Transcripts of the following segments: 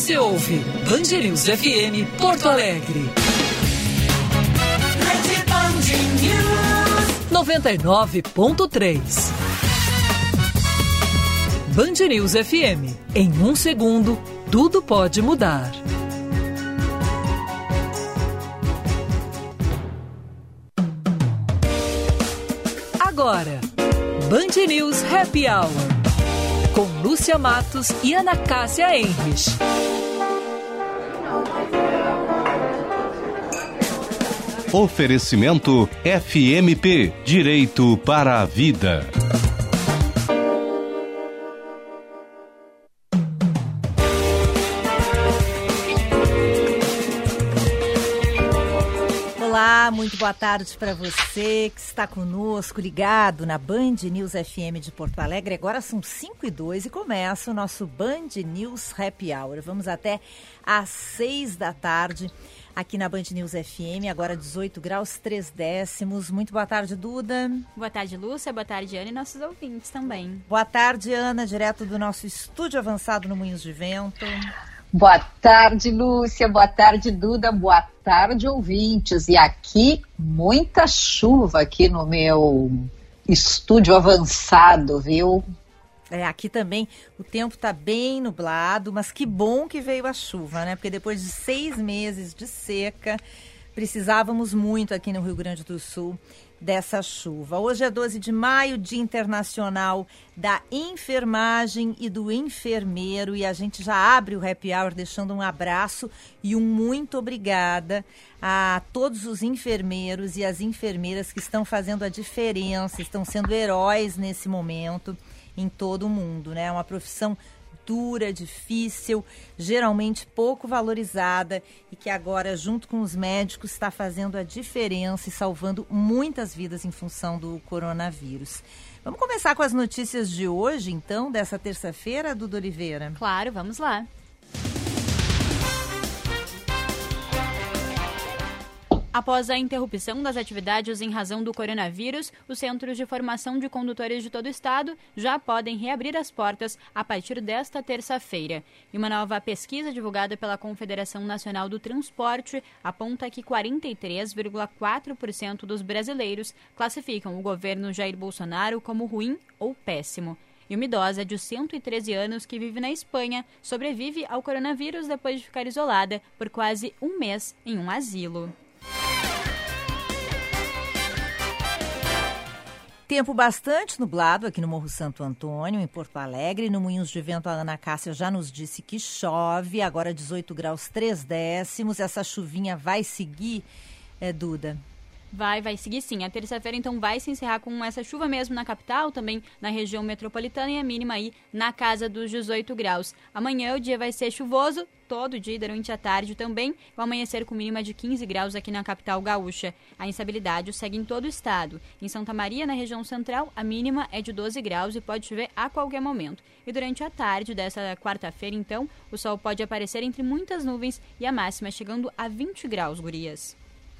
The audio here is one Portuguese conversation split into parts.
Você ouve Band News FM Porto Alegre. 99.3. Band News FM. Em um segundo, tudo pode mudar. Agora, Band News Happy Hour. Com Lúcia Matos e Ana Cássia Henrich. Oferecimento FMP Direito para a Vida. Olá, muito boa tarde para você que está conosco, ligado na Band News FM de Porto Alegre. Agora são 5h02 e começa o nosso Band News Happy Hour. Vamos até às 6 da tarde aqui na Band News FM, agora 18 graus 3 décimos. Muito boa tarde, Duda. Boa tarde, Lúcia. Boa tarde, Ana, e nossos ouvintes também. Boa tarde, Ana, direto do nosso estúdio avançado no Moinhos de Vento. Boa tarde, Lúcia. Boa tarde, Duda. Boa tarde, ouvintes. E aqui, muita chuva aqui no meu estúdio avançado, viu? Aqui também o tempo está bem nublado, mas que bom que veio a chuva, né? Porque depois de 6 meses de seca, precisávamos muito aqui no Rio Grande do Sul dessa chuva. Hoje é 12 de maio, Dia Internacional da Enfermagem e do Enfermeiro, e a gente já abre o Happy Hour deixando um abraço e um muito obrigada a todos os enfermeiros e as enfermeiras que estão fazendo a diferença, estão sendo heróis nesse momento em todo o mundo, né? É uma profissão dura, difícil, geralmente pouco valorizada e que agora, junto com os médicos, está fazendo a diferença e salvando muitas vidas em função do coronavírus. Vamos começar com as notícias de hoje, então, dessa terça-feira, Duda Oliveira? Claro, vamos lá. Após a interrupção das atividades em razão do coronavírus, os centros de formação de condutores de todo o estado já podem reabrir as portas a partir desta terça-feira. E uma nova pesquisa divulgada pela Confederação Nacional do Transporte aponta que 43,4% dos brasileiros classificam o governo Jair Bolsonaro como ruim ou péssimo. E uma idosa de 113 anos que vive na Espanha sobrevive ao coronavírus depois de ficar isolada por quase um mês em um asilo. Tempo bastante nublado aqui no Morro Santo Antônio, em Porto Alegre. No Moinhos de Vento, a Ana Cássia já nos disse que chove, agora 18 graus 3 décimos. Essa chuvinha vai seguir, Duda? Vai seguir sim. A terça-feira, então, vai se encerrar com essa chuva mesmo na capital, também na região metropolitana, e a mínima aí na casa dos 18 graus. Amanhã o dia vai ser chuvoso, todo dia durante a tarde também, vai amanhecer com mínima de 15 graus aqui na capital gaúcha. A instabilidade segue em todo o estado. Em Santa Maria, na região central, a mínima é de 12 graus e pode chover a qualquer momento. E durante a tarde dessa quarta-feira, então, o sol pode aparecer entre muitas nuvens e a máxima chegando a 20 graus, gurias.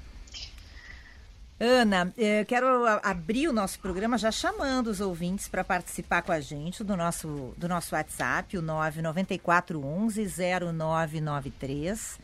Ana, eu quero abrir o nosso programa já chamando os ouvintes para participar com a gente do nosso WhatsApp, o 99411-0993,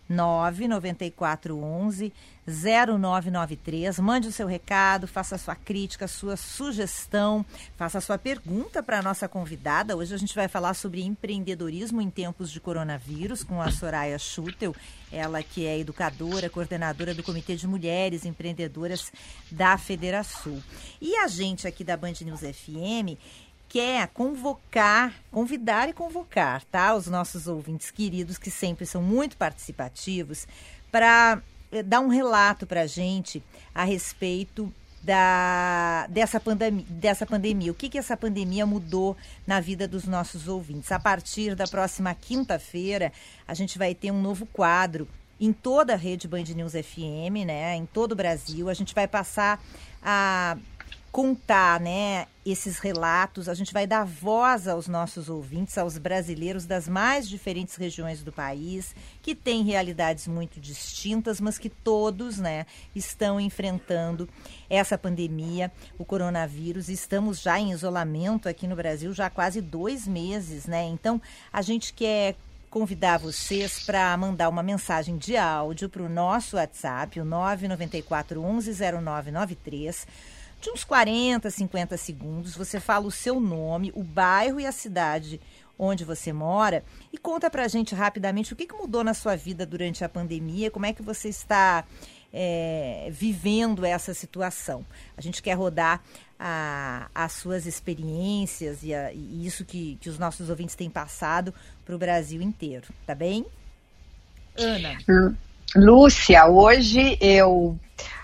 99411-0993. Mande o seu recado, faça a sua crítica, a sua sugestão, faça a sua pergunta para a nossa convidada. Hoje a gente vai falar sobre empreendedorismo em tempos de coronavírus com a Soraya Schutel, ela que é educadora, coordenadora do Comitê de Mulheres Empreendedoras da Federação. E a gente aqui da Band News FM quer convidar e convocar, tá? Os nossos ouvintes queridos, que sempre são muito participativos, para dar um relato para a gente a respeito dessa pandemia. O que essa pandemia mudou na vida dos nossos ouvintes? A partir da próxima quinta-feira, a gente vai ter um novo quadro em toda a rede Band News FM, né? Em todo o Brasil. A gente vai passar a contar, né, esses relatos, a gente vai dar voz aos nossos ouvintes, aos brasileiros das mais diferentes regiões do país, que têm realidades muito distintas, mas que todos, né, estão enfrentando essa pandemia, o coronavírus. Estamos já em isolamento aqui no Brasil já há quase 2 meses, né? Então, a gente quer convidar vocês para mandar uma mensagem de áudio para o nosso WhatsApp, o 994 11 0993, de uns 40, 50 segundos. Você fala o seu nome, o bairro e a cidade onde você mora e conta para a gente rapidamente o que mudou na sua vida durante a pandemia, como é que você está vivendo essa situação. A gente quer rodar as suas experiências e isso que os nossos ouvintes têm passado para o Brasil inteiro, tá bem? Ana. Lúcia, hoje eu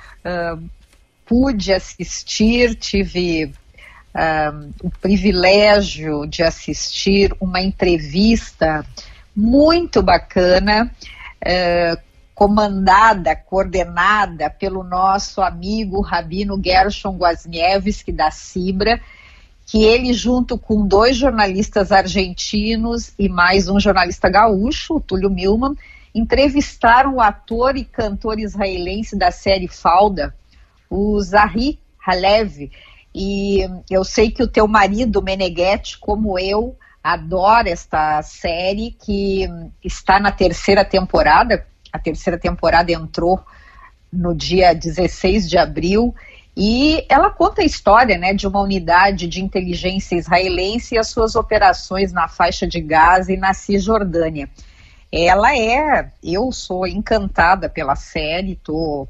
pude assistir, tive o privilégio de assistir uma entrevista muito bacana, coordenada pelo nosso amigo Rabino Gershon Gwazniewski da Cibra, que ele, junto com 2 jornalistas argentinos e mais um jornalista gaúcho, o Túlio Milman, entrevistaram o ator e cantor israelense da série Falda, o Zahi Halevi. E eu sei que o teu marido, Meneghetti, como eu, adora esta série, que está na 3ª temporada. A 3ª temporada entrou no dia 16 de abril e ela conta a história, né, de uma unidade de inteligência israelense e as suas operações na faixa de Gaza e na Cisjordânia. Eu sou encantada pela série, tô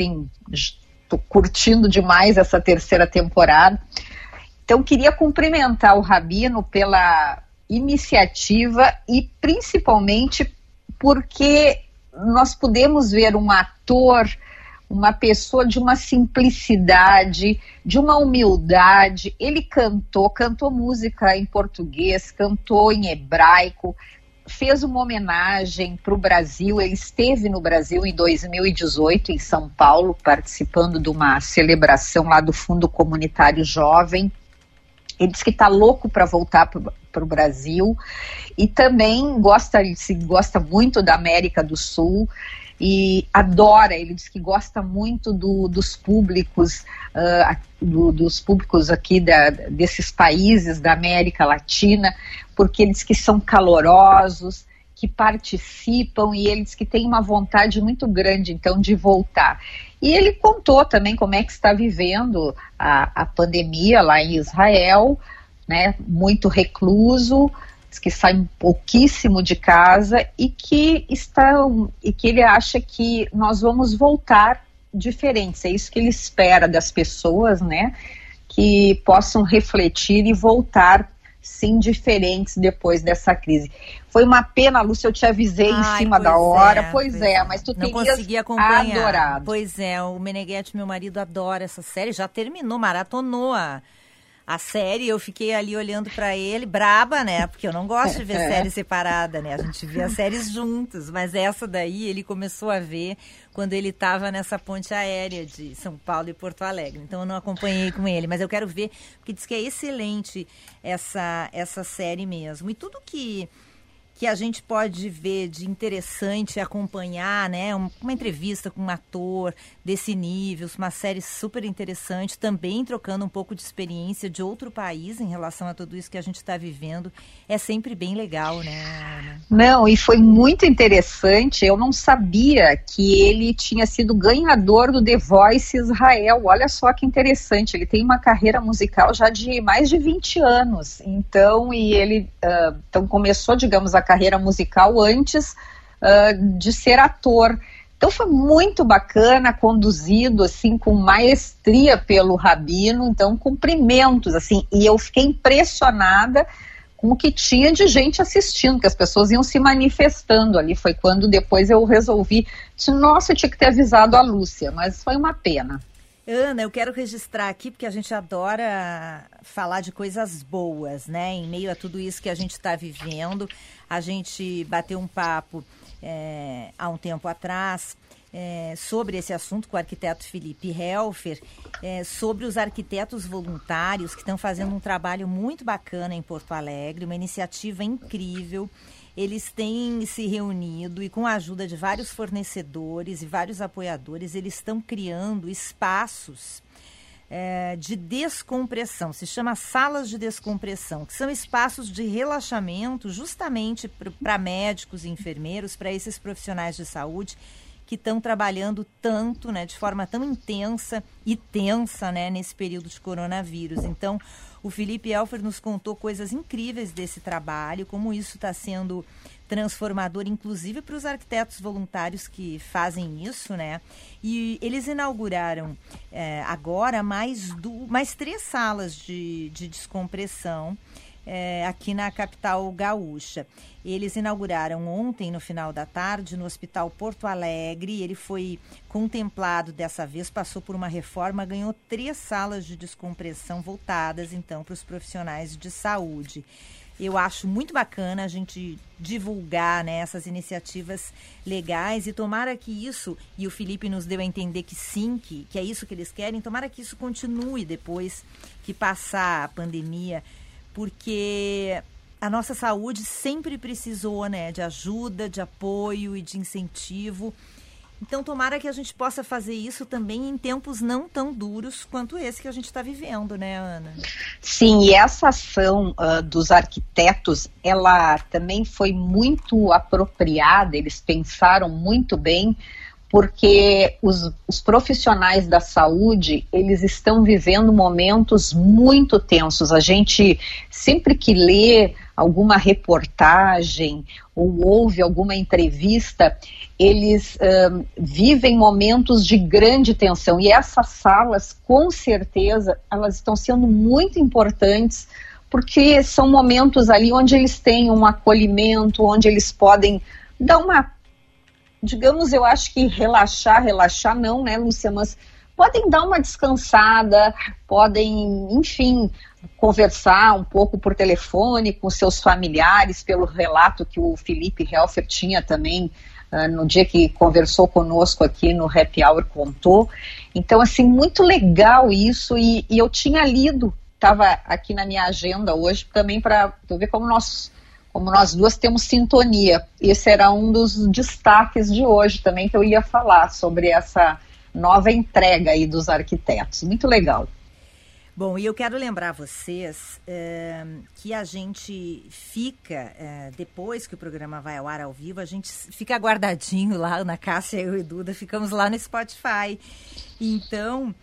curtindo demais essa 3ª temporada. Então, queria cumprimentar o Rabino pela iniciativa e principalmente porque nós podemos ver um ator, uma pessoa de uma simplicidade, de uma humildade. Ele cantou música em português, cantou em hebraico, fez uma homenagem para o Brasil. Ele esteve no Brasil em 2018, em São Paulo, participando de uma celebração lá do Fundo Comunitário Jovem. Ele disse que está louco para voltar para o Brasil e também gosta muito da América do Sul e adora. Ele diz que gosta muito dos públicos, dos públicos aqui desses países da América Latina, porque ele diz que são calorosos, que participam, e ele diz que tem uma vontade muito grande, então, de voltar. E ele contou também como é que está vivendo a pandemia lá em Israel, né, muito recluso, que sai pouquíssimo de casa e que ele acha que nós vamos voltar diferentes. É isso que ele espera das pessoas, né, que possam refletir e voltar sim diferentes depois dessa crise. Foi uma pena, Lúcia, eu te avisei em cima da hora. Pois é, mas tu terias adorado. Pois é, o Meneghetti, meu marido, adora essa série, já terminou, maratonou a série. Eu fiquei ali olhando pra ele, braba, né, porque eu não gosto de ver série separada, né, a gente vê as séries juntos, mas essa daí ele começou a ver quando ele estava nessa ponte aérea de São Paulo e Porto Alegre, então eu não acompanhei com ele, mas eu quero ver, porque diz que é excelente essa série mesmo, e tudo que a gente pode ver de interessante, acompanhar, né, uma entrevista com um ator desse nível, uma série super interessante, também trocando um pouco de experiência de outro país em relação a tudo isso que a gente está vivendo, é sempre bem legal, né, Ana? Não, e foi muito interessante, eu não sabia que ele tinha sido ganhador do The Voice Israel, olha só que interessante, ele tem uma carreira musical já de mais de 20 anos, então, e ele então começou, digamos, a carreira musical antes de ser ator. Então foi muito bacana, conduzido assim com maestria pelo Rabino, então cumprimentos assim, e eu fiquei impressionada com o que tinha de gente assistindo, que as pessoas iam se manifestando ali. Foi quando depois eu resolvi, nossa, eu tinha que ter avisado a Lúcia, mas foi uma pena. Ana, eu quero registrar aqui, porque a gente adora falar de coisas boas, né? Em meio a tudo isso que a gente está vivendo, a gente bateu um papo há um tempo atrás sobre esse assunto com o arquiteto Felipe Helfer, sobre os arquitetos voluntários que estão fazendo um trabalho muito bacana em Porto Alegre, uma iniciativa incrível. Eles têm se reunido e, com a ajuda de vários fornecedores e vários apoiadores, eles estão criando espaços de descompressão, se chama salas de descompressão, que são espaços de relaxamento justamente para médicos e enfermeiros, para esses profissionais de saúde que estão trabalhando tanto, né, de forma tão intensa e tensa, né, nesse período de coronavírus. Então, o Felipe Elfer nos contou coisas incríveis desse trabalho, como isso está sendo transformador, inclusive para os arquitetos voluntários que fazem isso, né? E eles inauguraram agora mais 3 salas de descompressão aqui na capital gaúcha. Eles inauguraram ontem, no final da tarde, no Hospital Porto Alegre. Ele foi contemplado dessa vez, passou por uma reforma, ganhou 3 salas de descompressão voltadas, então, para os profissionais de saúde. Eu acho muito bacana a gente divulgar, né, essas iniciativas legais e tomara que isso, e o Felipe nos deu a entender que sim, que é isso que eles querem, tomara que isso continue depois que passar a pandemia, porque a nossa saúde sempre precisou, né, de ajuda, de apoio e de incentivo. Então, tomara que a gente possa fazer isso também em tempos não tão duros quanto esse que a gente está vivendo, né, Ana? Sim, e essa ação dos arquitetos, ela também foi muito apropriada, eles pensaram muito bem, porque os profissionais da saúde, eles estão vivendo momentos muito tensos. A gente, sempre que lê alguma reportagem ou ouve alguma entrevista, eles vivem momentos de grande tensão. E essas salas, com certeza, elas estão sendo muito importantes, porque são momentos ali onde eles têm um acolhimento, onde eles podem dar uma, digamos, eu acho que relaxar não, né, Lúcia, mas podem dar uma descansada, podem, enfim, conversar um pouco por telefone com seus familiares, pelo relato que o Felipe Elfer tinha também no dia que conversou conosco aqui no Happy Hour, contou. Então, assim, muito legal isso, e eu tinha lido, estava aqui na minha agenda hoje, também para ver como nós duas temos sintonia. Esse era um dos destaques de hoje também, que eu ia falar sobre essa nova entrega aí dos arquitetos. Muito legal. Bom, e eu quero lembrar vocês que a gente fica, depois que o programa vai ao ar ao vivo, a gente fica guardadinho lá, Ana Cássia, eu e Duda, ficamos lá no Spotify. Então,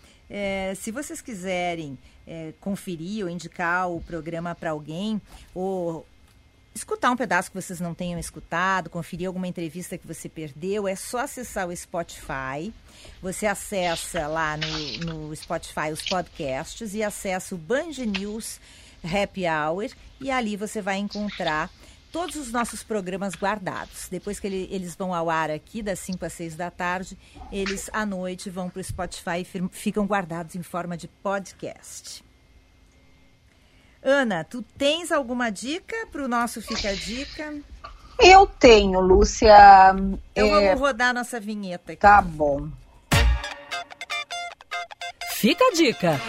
se vocês quiserem conferir ou indicar o programa para alguém, ou escutar um pedaço que vocês não tenham escutado, conferir alguma entrevista que você perdeu, é só acessar o Spotify. Você acessa lá no Spotify os podcasts e acessa o Band News Happy Hour, e ali você vai encontrar todos os nossos programas guardados. Depois que eles vão ao ar aqui, das 5 às 6 da tarde, eles à noite vão para o Spotify e ficam guardados em forma de podcast. Ana, tu tens alguma dica para o nosso Fica a Dica? Eu tenho, Lúcia. Então vamos rodar nossa vinheta aqui. Tá bom. Fica a dica.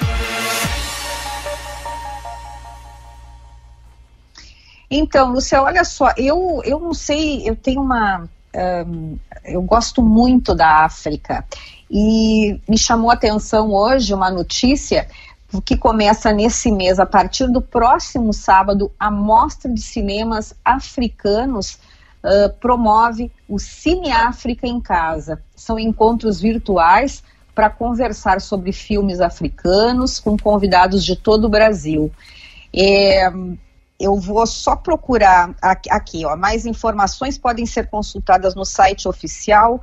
Então, Lúcia, olha só, eu não sei, eu tenho eu gosto muito da África, e me chamou a atenção hoje uma notícia que começa nesse mês, a partir do próximo sábado, a Mostra de Cinemas Africanos promove o Cine África em Casa. São encontros virtuais para conversar sobre filmes africanos com convidados de todo o Brasil. Eu vou só procurar aqui, ó, mais informações podem ser consultadas no site oficial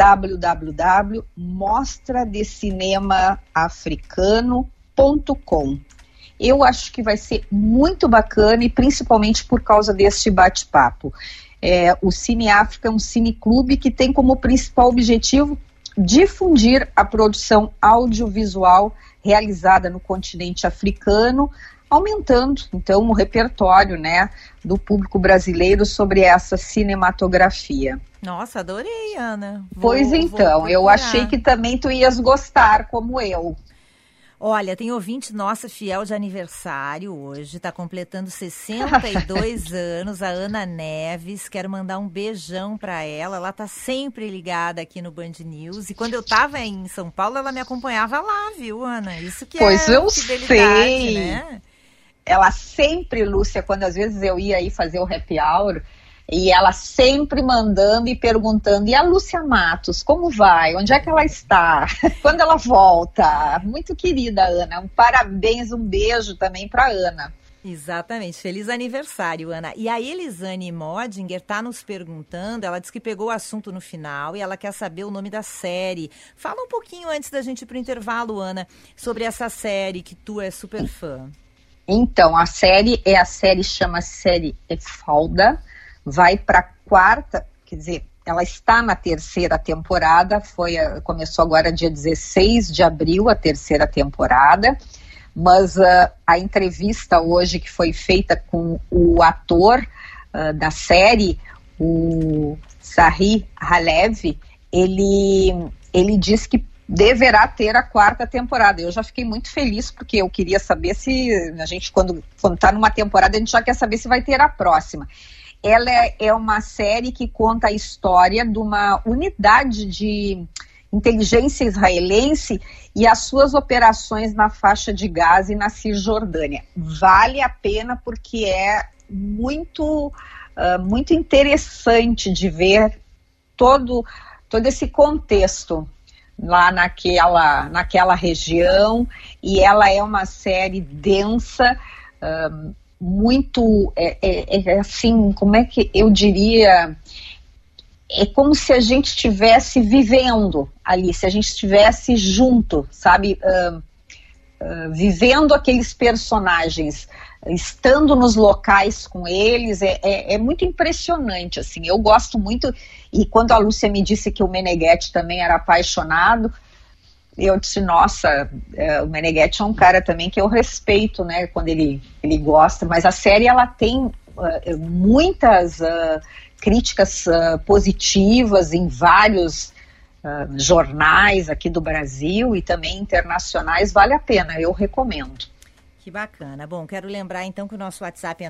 www.mostradecinemaafricano.com. Eu acho que vai ser muito bacana, e principalmente por causa deste bate-papo. O Cine África é um cineclube que tem como principal objetivo difundir a produção audiovisual realizada no continente africano, aumentando, então, o repertório, né, do público brasileiro sobre essa cinematografia. Nossa, adorei, Ana. Pois então, eu achei que também tu ias gostar, como eu. Olha, tem ouvinte nossa fiel de aniversário hoje, está completando 62 anos, a Ana Neves. Quero mandar um beijão para ela. Ela está sempre ligada aqui no Band News. E quando eu estava em São Paulo, ela me acompanhava lá, viu, Ana? Isso que pois é eu fidelidade, sei. Né? Ela sempre, Lúcia, quando às vezes eu ia aí fazer o happy hour, e ela sempre mandando e perguntando, e a Lúcia Matos, como vai? Onde é que ela está? Quando ela volta? Muito querida, Ana. Um parabéns, um beijo também para Ana. Exatamente. Feliz aniversário, Ana. E a Elisane Modinger está nos perguntando, ela disse que pegou o assunto no final e ela quer saber o nome da série. Fala um pouquinho antes da gente ir para o intervalo, Ana, sobre essa série que tu é super fã. Então, a série chama Série Falda. Vai para a quarta, quer dizer, ela está na terceira temporada, começou agora dia 16 de abril a terceira temporada, mas a entrevista hoje que foi feita com o ator da série, o Sahih Halevi, ele disse que deverá ter a quarta temporada. Eu já fiquei muito feliz porque eu queria saber se a gente, quando está numa temporada, a gente já quer saber se vai ter a próxima. Ela é uma série que conta a história de uma unidade de inteligência israelense e as suas operações na faixa de Gaza e na Cisjordânia. Vale a pena porque é muito interessante de ver todo esse contexto lá naquela região, e ela é uma série densa, muito, assim, como é que eu diria, é como se a gente estivesse vivendo ali, se a gente estivesse junto, sabe, vivendo aqueles personagens, estando nos locais com eles, é muito impressionante, assim, eu gosto muito, e quando a Lúcia me disse que o Meneghetti também era apaixonado, eu disse, nossa, o Meneghetti é um cara também que eu respeito, né, quando ele gosta, mas a série, ela tem muitas críticas positivas em vários jornais aqui do Brasil e também internacionais, vale a pena, eu recomendo. Que bacana. Bom, quero lembrar então que o nosso WhatsApp é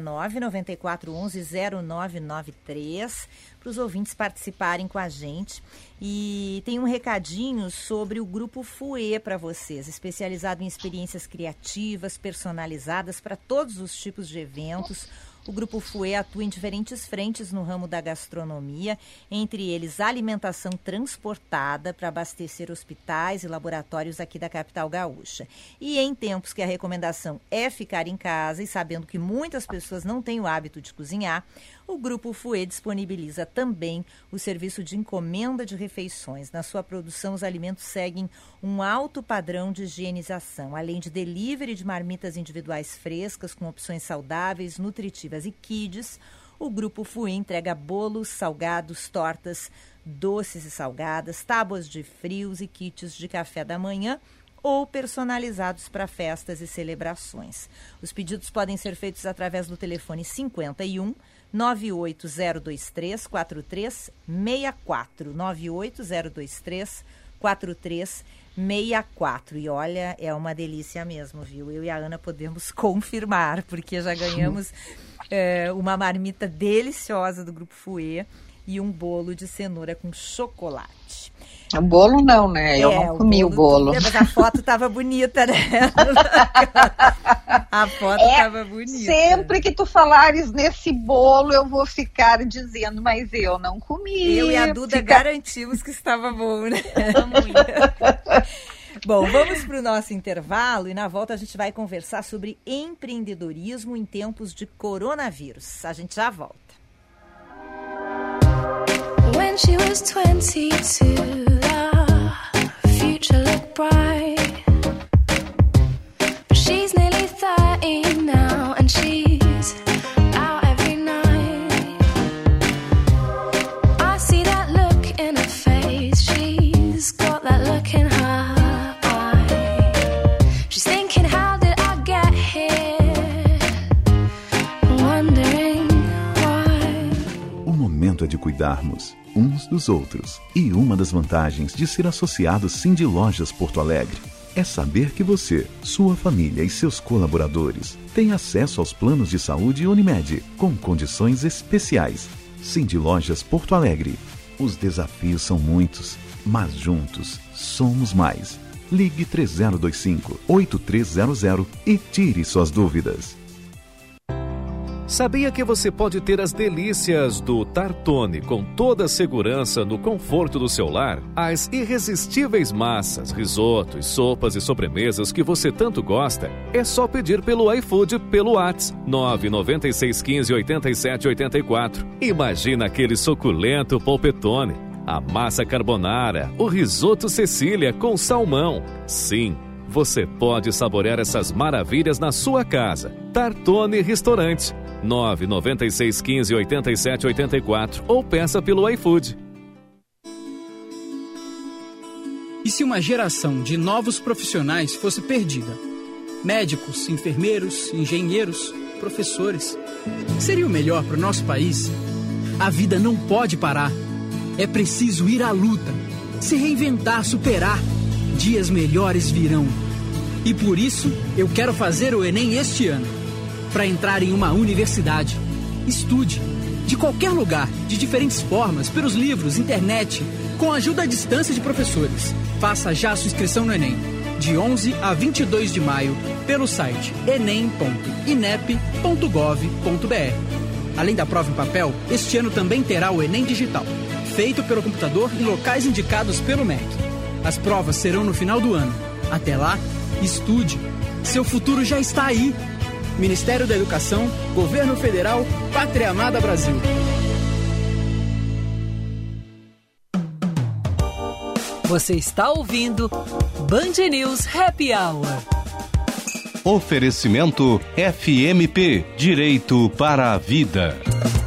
994110993 para os ouvintes participarem com a gente. E tem um recadinho sobre o Grupo Fouet para vocês, especializado em experiências criativas, personalizadas para todos os tipos de eventos. O Grupo Fouet atua em diferentes frentes no ramo da gastronomia, entre eles a alimentação transportada para abastecer hospitais e laboratórios aqui da capital gaúcha. E em tempos que a recomendação é ficar em casa e sabendo que muitas pessoas não têm o hábito de cozinhar, o Grupo Fouet disponibiliza também o serviço de encomenda de refeições. Na sua produção, os alimentos seguem um alto padrão de higienização, além de delivery de marmitas individuais frescas com opções saudáveis, nutritivas e kids. O Grupo Fouet entrega bolos, salgados, tortas, doces e salgadas, tábuas de frios e kits de café da manhã ou personalizados para festas e celebrações. Os pedidos podem ser feitos através do telefone 51 98023 4364, 98023 4364. E olha, é uma delícia mesmo, viu? Eu e a Ana podemos confirmar, porque já ganhamos uma marmita deliciosa do Grupo Fouet e um bolo de cenoura com chocolate. O bolo não, né? Eu não comi o bolo. Mas a foto estava bonita, né? A foto estava bonita. Sempre que tu falares nesse bolo, eu vou ficar dizendo, mas eu não comi. Eu e a Duda garantimos que estava bom, né? Bom, vamos para o nosso intervalo e na volta a gente vai conversar sobre empreendedorismo em tempos de coronavírus. A gente já volta. When she was 22, the future looked bright. But she's nearly 30 now and she's out every night. I see that look in her face, she's got that look in her eye. She's thinking, how did I get here? Wondering why. O momento é de cuidarmos uns dos outros. E uma das vantagens de ser associado Cindy Lojas Porto Alegre é saber que você, sua família e seus colaboradores têm acesso aos planos de saúde Unimed, com condições especiais. Cindy Lojas Porto Alegre. Os desafios são muitos, mas juntos somos mais. Ligue 3025-8300 e tire suas dúvidas. Sabia que você pode ter as delícias do Tartone com toda a segurança no conforto do seu lar? As irresistíveis massas, risotos, sopas e sobremesas que você tanto gosta, é só pedir pelo iFood pelo WhatsApp 996158784. Imagina aquele suculento polpetone, a massa carbonara, o risoto Cecília com salmão. Sim, você pode saborear essas maravilhas na sua casa. Tartone Restaurante 996158784 ou peça pelo iFood. E se uma geração de novos profissionais fosse perdida? Médicos, enfermeiros, engenheiros, professores. Seria o melhor para o nosso país? A vida não pode parar. É preciso ir à luta, se reinventar, superar. Dias melhores virão. E por isso, eu quero fazer o Enem este ano. Para entrar em uma universidade. Estude. De qualquer lugar, de diferentes formas, pelos livros, internet, com a ajuda à distância de professores. Faça já a sua inscrição no Enem. De 11 a 22 de maio, pelo site enem.inep.gov.br. Além da prova em papel, este ano também terá o Enem Digital, feito pelo computador em locais indicados pelo MEC. As provas serão no final do ano. Até lá, estude. Seu futuro já está aí. Ministério da Educação, Governo Federal, Pátria Amada Brasil. Você está ouvindo Band News Happy Hour. Oferecimento FMP Direito para a Vida.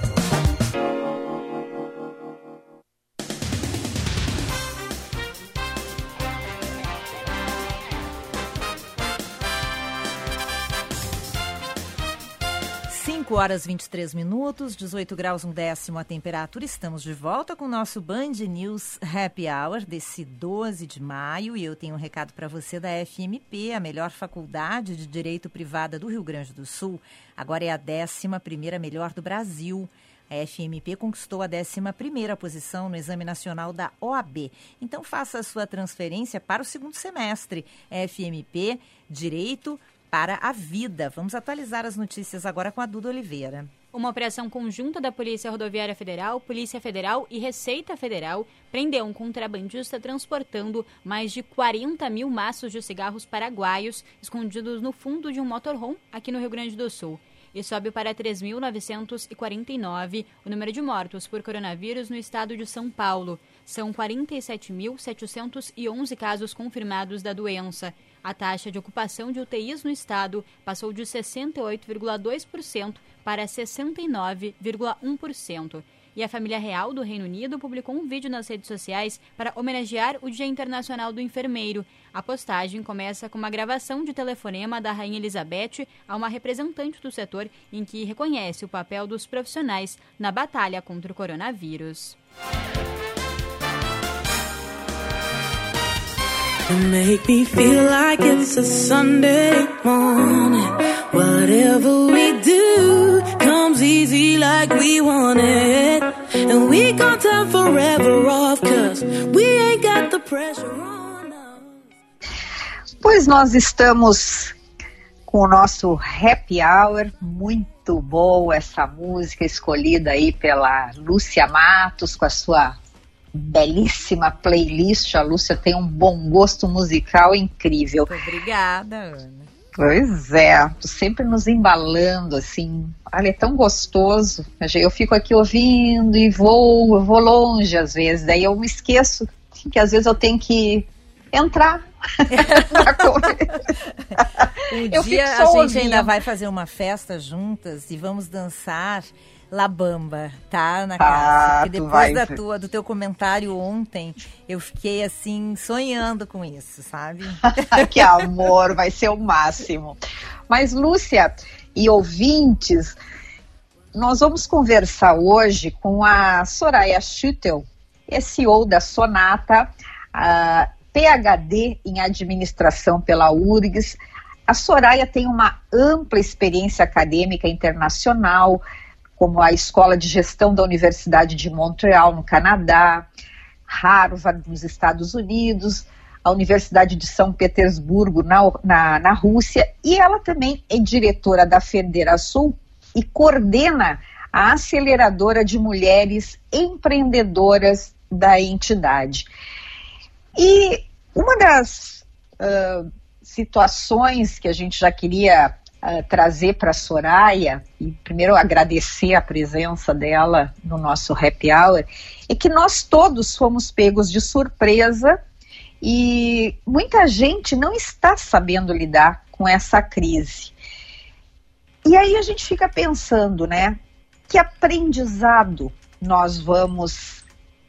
Horas 23 minutos, 18 graus 1/10 a temperatura. Estamos de volta com o nosso Band News Happy Hour desse 12 de maio e eu tenho um recado para você da FMP, a melhor faculdade de Direito Privada do Rio Grande do Sul. Agora é a 11ª melhor do Brasil. A FMP conquistou a 11ª posição no Exame Nacional da OAB. Então faça a sua transferência para o segundo semestre. FMP Direito para a Vida. Vamos atualizar as notícias agora com a Duda Oliveira. Uma operação conjunta da Polícia Rodoviária Federal, Polícia Federal e Receita Federal prendeu um contrabandista transportando mais de 40 mil maços de cigarros paraguaios escondidos no fundo de um motorhome aqui no Rio Grande do Sul. E sobe para 3.949 o número de mortos por coronavírus no estado de São Paulo. São 47.711 casos confirmados da doença. A taxa de ocupação de UTIs no estado passou de 68,2% para 69,1%. E a família real do Reino Unido publicou um vídeo nas redes sociais para homenagear o Dia Internacional do Enfermeiro. A postagem começa com uma gravação de telefonema da Rainha Elizabeth a uma representante do setor em que reconhece o papel dos profissionais na batalha contra o coronavírus. Make me feel like it's a Sunday morning. Whatever we do comes easy like we want it. And we got time forever off, 'cause we ain't got the pressure on us. Pois nós estamos com o nosso Happy Hour, muito boa essa música escolhida aí pela Lúcia Matos com a sua belíssima playlist. A Lúcia tem um bom gosto musical incrível. Muito obrigada, Ana. Pois é, tô sempre nos embalando, assim. Olha, é tão gostoso. Eu fico aqui ouvindo e vou longe às vezes. Daí eu me esqueço que às vezes eu tenho que entrar na conversa. Um dia a gente ainda vai fazer uma festa juntas e vamos dançar La Bamba, tá, Ana Cássia? Porque depois do teu comentário ontem, eu fiquei assim, sonhando com isso, sabe? Que amor, vai ser o máximo. Mas, Lúcia e ouvintes, nós vamos conversar hoje com a Soraya Schüttel, CEO da Sonata, PhD em administração pela URGS. A Soraya tem uma ampla experiência acadêmica internacional, como a Escola de Gestão da Universidade de Montreal, no Canadá, Harvard, nos Estados Unidos, a Universidade de São Petersburgo, na Rússia, e ela também é diretora da Federação e coordena a aceleradora de mulheres empreendedoras da entidade. E uma das situações que a gente já queria trazer para a Soraya, e primeiro agradecer a presença dela no nosso Happy Hour, é que nós todos fomos pegos de surpresa e muita gente não está sabendo lidar com essa crise. E aí a gente fica pensando, né, que aprendizado nós vamos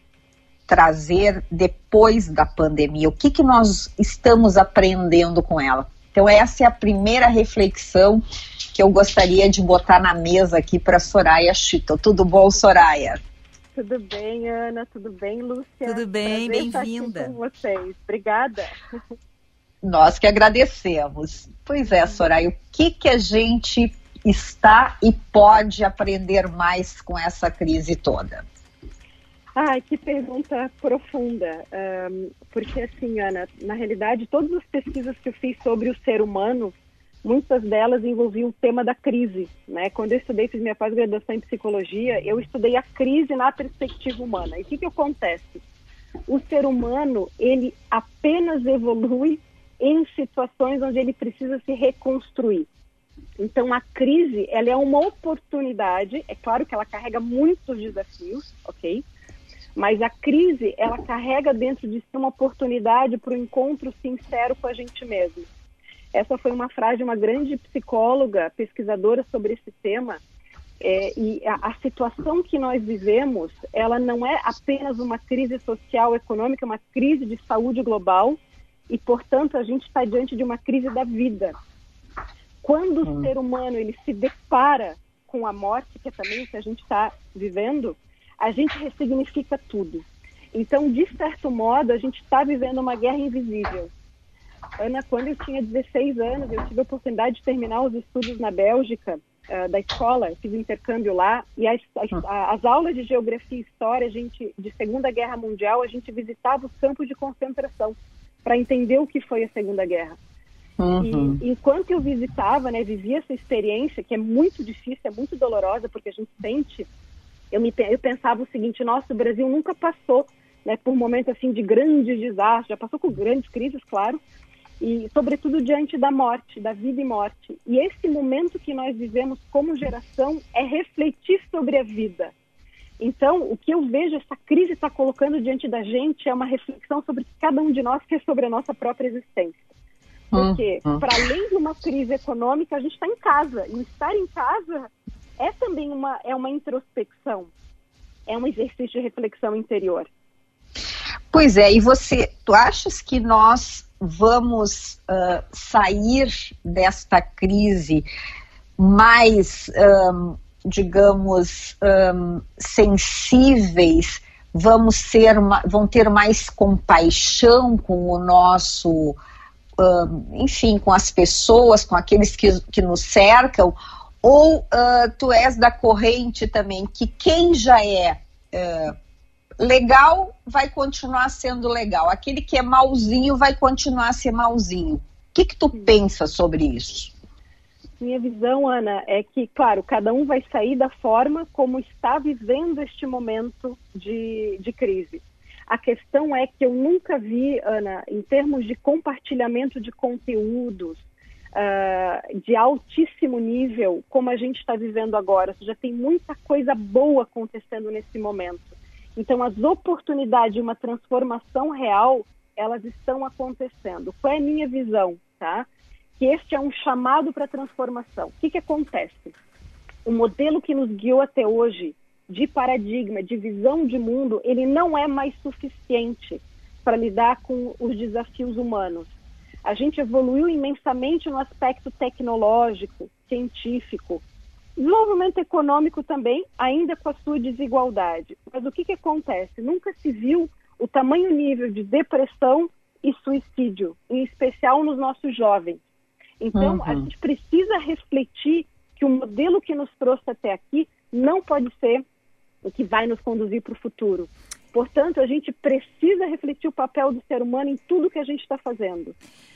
trazer depois da pandemia? O que nós estamos aprendendo com ela? Então essa é a primeira reflexão que eu gostaria de botar na mesa aqui para Soraya Schuttel. Tudo bom, Soraya? Tudo bem, Ana? Tudo bem, Lúcia? Tudo bem, bem-vinda. Com vocês. Obrigada. Nós que agradecemos. Pois é, Soraya, o que a gente está e pode aprender mais com essa crise toda? Ai, que pergunta profunda, porque assim, Ana, na realidade, todas as pesquisas que eu fiz sobre o ser humano, muitas delas envolviam o tema da crise, né? Quando eu fiz minha pós-graduação em psicologia, eu estudei a crise na perspectiva humana. E o que acontece? O ser humano, ele apenas evolui em situações onde ele precisa se reconstruir. Então, a crise, ela é uma oportunidade, é claro que ela carrega muitos desafios, ok? Mas a crise, ela carrega dentro de si uma oportunidade para o encontro sincero com a gente mesmo. Essa foi uma frase de uma grande psicóloga, pesquisadora sobre esse tema, e a situação que nós vivemos, ela não é apenas uma crise social, econômica, é uma crise de saúde global, e, portanto, a gente está diante de uma crise da vida. Quando o ser humano ele se depara com a morte, que é também o que a gente está vivendo, a gente ressignifica tudo. Então, de certo modo, a gente está vivendo uma guerra invisível. Ana, quando eu tinha 16 anos, eu tive a oportunidade de terminar os estudos na Bélgica, da escola, eu fiz intercâmbio lá, e as aulas de geografia e história, de Segunda Guerra Mundial, a gente visitava os campos de concentração para entender o que foi a Segunda Guerra. E enquanto eu visitava, né, vivia essa experiência, que é muito difícil, é muito dolorosa, porque a gente sente, eu pensava o seguinte: nossa, o Brasil nunca passou, né, por um momento assim de grandes desastres, já passou por grandes crises, claro, e sobretudo diante da morte, da vida e morte. E esse momento que nós vivemos como geração é refletir sobre a vida. Então, o que eu vejo essa crise está colocando diante da gente é uma reflexão sobre cada um de nós, que é sobre a nossa própria existência. Porque, para além de uma crise econômica, a gente está em casa. E estar em casa é também uma introspecção, é um exercício de reflexão interior. Pois é, e tu achas que nós vamos sair desta crise mais, digamos, sensíveis, vão ter mais compaixão com o nosso, enfim, com as pessoas, com aqueles que nos cercam? Ou tu és da corrente também que quem já é legal vai continuar sendo legal, aquele que é mauzinho vai continuar a ser mauzinho? O que tu pensa sobre isso? Minha visão, Ana, é que, claro, cada um vai sair da forma como está vivendo este momento de crise. A questão é que eu nunca vi, Ana, em termos de compartilhamento de conteúdos, de altíssimo nível, como a gente está vivendo agora. Ou seja, tem muita coisa boa acontecendo nesse momento. Então, as oportunidades de uma transformação real, elas estão acontecendo. Qual é a minha visão, tá? Que este é um chamado para transformação. O que acontece? O modelo que nos guiou até hoje, de paradigma, de visão de mundo, ele não é mais suficiente para lidar com os desafios humanos. A gente evoluiu imensamente no aspecto tecnológico, científico, desenvolvimento econômico também, ainda com a sua desigualdade. Mas o que acontece? Nunca se viu o tamanho nível de depressão e suicídio, em especial nos nossos jovens. Então, a gente precisa refletir que o modelo que nos trouxe até aqui não pode ser o que vai nos conduzir para o futuro. Portanto, a gente precisa refletir o papel do ser humano em tudo que a gente está fazendo.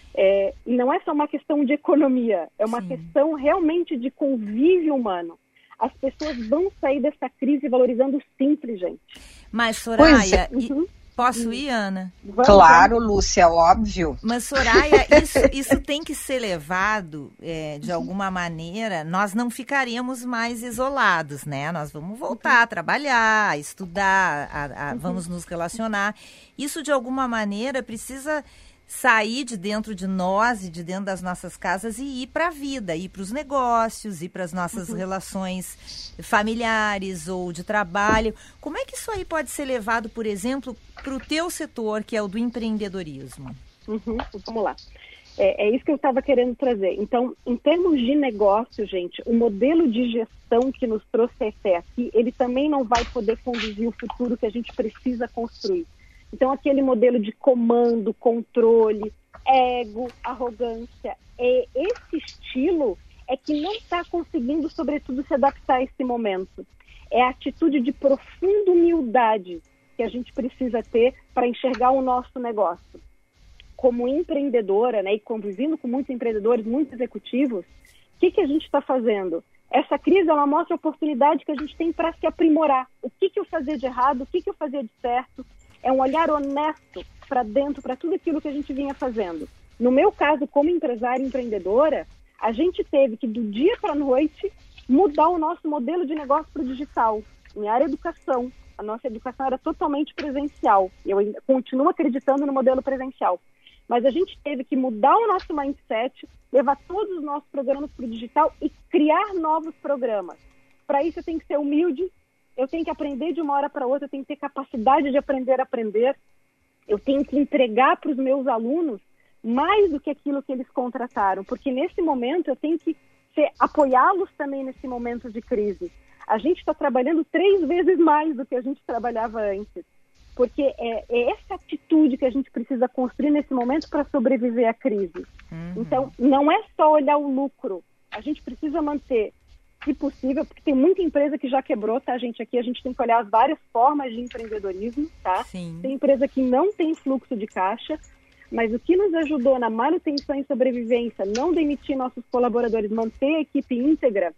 E não é só uma questão de economia, é uma questão realmente de convívio humano. As pessoas vão sair dessa crise valorizando o simples, gente. Mas, Soraya, posso ir, Ana? Claro, Lúcia, óbvio. Mas, Soraya, isso tem que ser levado, de alguma maneira, nós não ficaremos mais isolados, né? Nós vamos voltar a trabalhar, a estudar, vamos nos relacionar. Isso, de alguma maneira, precisa sair de dentro de nós e de dentro das nossas casas e ir para a vida, ir para os negócios, ir para as nossas relações familiares ou de trabalho. Como é que isso aí pode ser levado, por exemplo, para o teu setor, que é o do empreendedorismo? Vamos lá. É isso que eu estava querendo trazer. Então, em termos de negócio, gente, o modelo de gestão que nos trouxe até aqui, ele também não vai poder conduzir o futuro que a gente precisa construir. Então, aquele modelo de comando, controle, ego, arrogância, esse estilo é que não está conseguindo, sobretudo, se adaptar a esse momento. É a atitude de profunda humildade que a gente precisa ter para enxergar o nosso negócio. Como empreendedora, né, e convivendo com muitos empreendedores, muitos executivos, o que a gente está fazendo? Essa crise, ela mostra a oportunidade que a gente tem para se aprimorar. O que eu fazia de errado, o que eu fazia de certo. É um olhar honesto para dentro, para tudo aquilo que a gente vinha fazendo. No meu caso, como empresária e empreendedora, a gente teve que, do dia para a noite, mudar o nosso modelo de negócio para o digital. Em área educação, a nossa educação era totalmente presencial. Eu continuo acreditando no modelo presencial. Mas a gente teve que mudar o nosso mindset, levar todos os nossos programas para o digital e criar novos programas. Para isso, eu tenho que ser humilde, eu tenho que aprender de uma hora para outra, eu tenho que ter capacidade de aprender a aprender, eu tenho que entregar para os meus alunos mais do que aquilo que eles contrataram, porque nesse momento eu tenho que apoiá-los também nesse momento de crise. A gente está trabalhando 3 vezes mais do que a gente trabalhava antes, porque é essa atitude que a gente precisa construir nesse momento para sobreviver à crise. Então, não é só olhar o lucro, a gente precisa manter, se possível, porque tem muita empresa que já quebrou, tá, gente? Aqui a gente tem que olhar as várias formas de empreendedorismo, tá? Sim. Tem empresa que não tem fluxo de caixa, mas o que nos ajudou na manutenção e sobrevivência, não demitir nossos colaboradores, manter a equipe íntegra,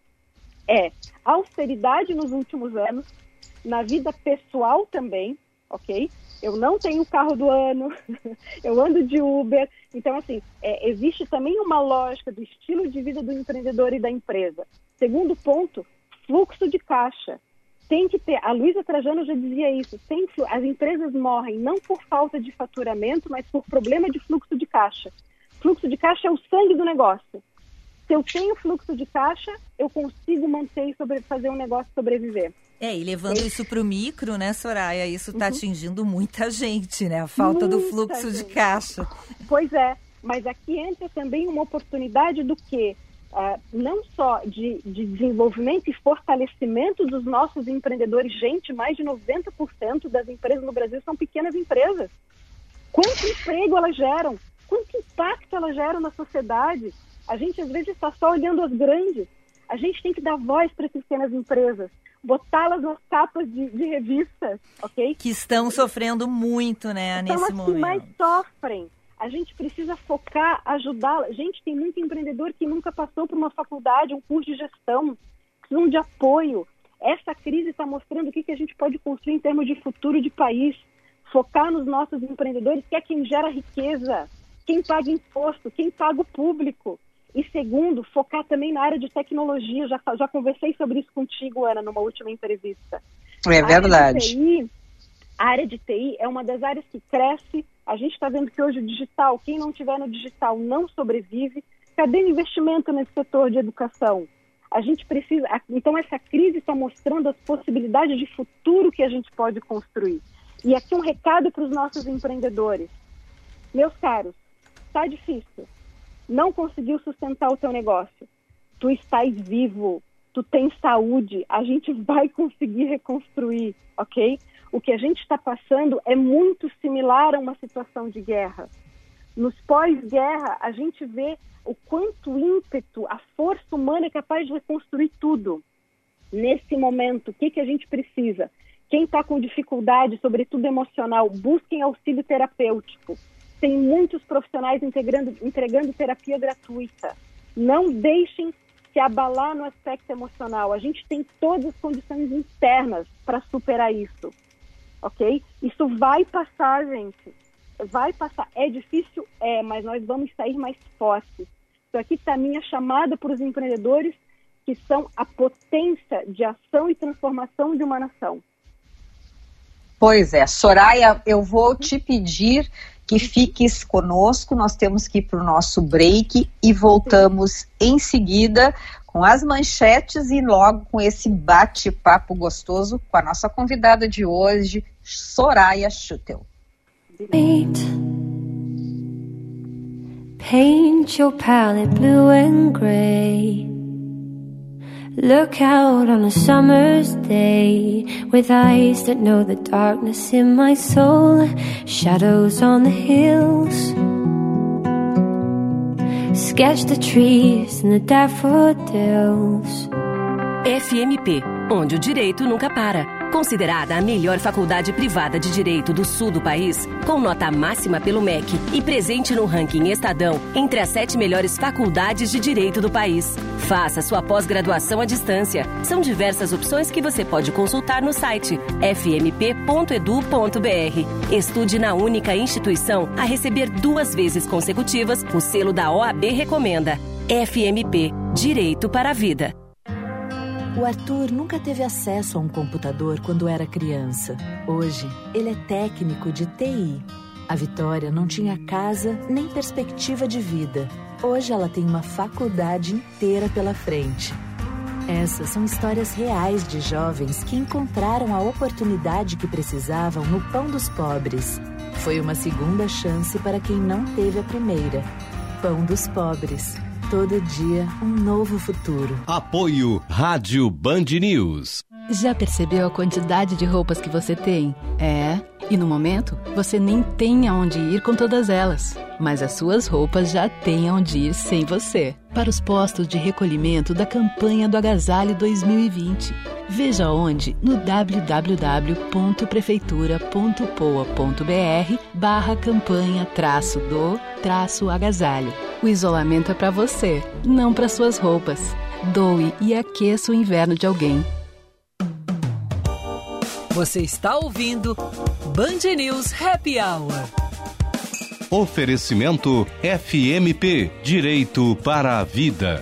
é austeridade nos últimos anos, na vida pessoal também, ok? Eu não tenho o carro do ano, eu ando de Uber. Então, assim, existe também uma lógica do estilo de vida do empreendedor e da empresa. Segundo ponto, fluxo de caixa. Tem que ter, a Luísa Trajano já dizia isso, as empresas morrem não por falta de faturamento, mas por problema de fluxo de caixa. Fluxo de caixa é o sangue do negócio. Se eu tenho fluxo de caixa, eu consigo manter e fazer um negócio sobreviver. E levando isso para o micro, né, Soraya, isso está atingindo muita gente, né? A falta do fluxo de caixa. Pois é, mas aqui entra também uma oportunidade do quê? Não só de desenvolvimento e fortalecimento dos nossos empreendedores. Gente, mais de 90% das empresas no Brasil são pequenas empresas. Quanto emprego elas geram? Quanto impacto elas geram na sociedade? A gente, às vezes, está só olhando as grandes. A gente tem que dar voz para as pequenas empresas, botá-las nas capas de revistas, ok? Que estão sofrendo muito, né, nesse momento. São as que mais sofrem. A gente precisa focar, ajudá-la. Gente, tem muito empreendedor que nunca passou por uma faculdade, um curso de gestão, precisam de apoio. Essa crise está mostrando o que a gente pode construir em termos de futuro de país. Focar nos nossos empreendedores, que é quem gera riqueza, quem paga imposto, quem paga o público. E segundo, focar também na área de tecnologia. Já conversei sobre isso contigo, Ana, numa última entrevista. É verdade. A área de TI é uma das áreas que cresce. A gente está vendo que hoje o digital, quem não tiver no digital não sobrevive. Cadê o investimento nesse setor de educação? A gente precisa... Então, essa crise está mostrando as possibilidades de futuro que a gente pode construir. E aqui um recado para os nossos empreendedores. Meus caros, está difícil. Não conseguiu sustentar o teu negócio. Tu estás vivo, tu tens saúde, a gente vai conseguir reconstruir, ok? O que a gente está passando é muito similar a uma situação de guerra. Nos pós-guerra, a gente vê o quanto ímpeto, a força humana é capaz de reconstruir tudo. Nesse momento, o que a gente precisa? Quem está com dificuldade, sobretudo emocional, busquem auxílio terapêutico. Tem muitos profissionais entregando terapia gratuita. Não deixem se abalar no aspecto emocional. A gente tem todas as condições internas para superar isso, ok? Isso vai passar, gente. Vai passar. É difícil? É, mas nós vamos sair mais fortes. Então aqui está a minha chamada para os empreendedores, que são a potência de ação e transformação de uma nação. Pois é, Soraya, eu vou te pedir que fiques conosco, nós temos que ir para o nosso break e voltamos em seguida com as manchetes e logo com esse bate-papo gostoso com a nossa convidada de hoje, Soraya Schutel. Paint your palette blue and gray. Look out on a summer's day with eyes that know the darkness in my soul. Shadows on the hills. Sketch the trees and the daffodils. FMP, onde o direito nunca para. Considerada a melhor faculdade privada de direito do sul do país, com nota máxima pelo MEC e presente no ranking Estadão entre as 7 melhores faculdades de direito do país. Faça sua pós-graduação à distância. São diversas opções que você pode consultar no site fmp.edu.br. Estude na única instituição a receber 2 vezes consecutivas o selo da OAB Recomenda. FMP, Direito para a Vida. O Arthur nunca teve acesso a um computador quando era criança. Hoje, ele é técnico de TI. A Vitória não tinha casa nem perspectiva de vida. Hoje ela tem uma faculdade inteira pela frente. Essas são histórias reais de jovens que encontraram a oportunidade que precisavam no Pão dos Pobres. Foi uma segunda chance para quem não teve a primeira. Pão dos Pobres. Todo dia, um novo futuro. Apoio Rádio Band News. Já percebeu a quantidade de roupas que você tem? E no momento, você nem tem aonde ir com todas elas. Mas as suas roupas já têm aonde ir sem você. Para os postos de recolhimento da campanha do Agasalho 2020. Veja onde no www.prefeitura.poa.br/campanha-do-agasalho. O isolamento é para você, não para suas roupas. Doe e aqueça o inverno de alguém. Você está ouvindo Band News Happy Hour. Oferecimento FMP, Direito para a Vida.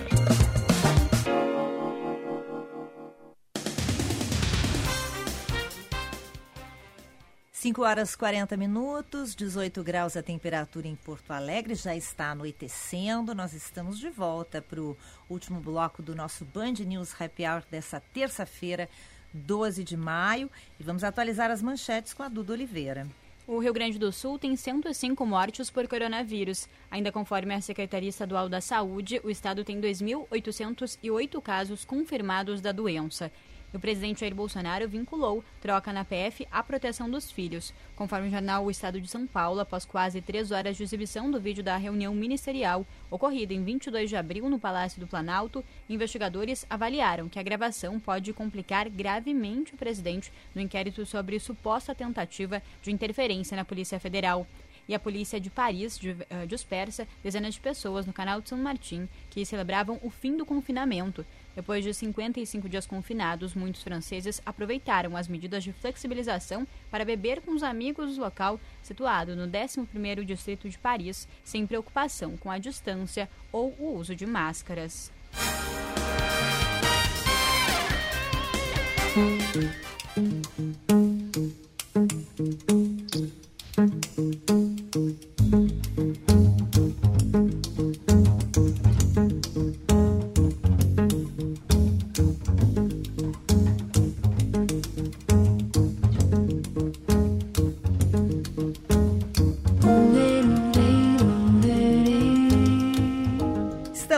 5h40, 18 graus a temperatura em Porto Alegre, já está anoitecendo. Nós estamos de volta para o último bloco do nosso Band News Happy Hour dessa terça-feira, 12 de maio. E vamos atualizar as manchetes com a Duda Oliveira. O Rio Grande do Sul tem 105 mortes por coronavírus. Ainda conforme a Secretaria Estadual da Saúde, o estado tem 2.808 casos confirmados da doença. O presidente Jair Bolsonaro vinculou troca na PF à proteção dos filhos. Conforme o jornal O Estado de São Paulo, após quase 3 horas de exibição do vídeo da reunião ministerial ocorrida em 22 de abril no Palácio do Planalto, investigadores avaliaram que a gravação pode complicar gravemente o presidente no inquérito sobre suposta tentativa de interferência na Polícia Federal. E a polícia de Paris dispersa dezenas de pessoas no canal de São Martin que celebravam o fim do confinamento. Depois de 55 dias confinados, muitos franceses aproveitaram as medidas de flexibilização para beber com os amigos do local situado no 11º distrito de Paris, sem preocupação com a distância ou o uso de máscaras.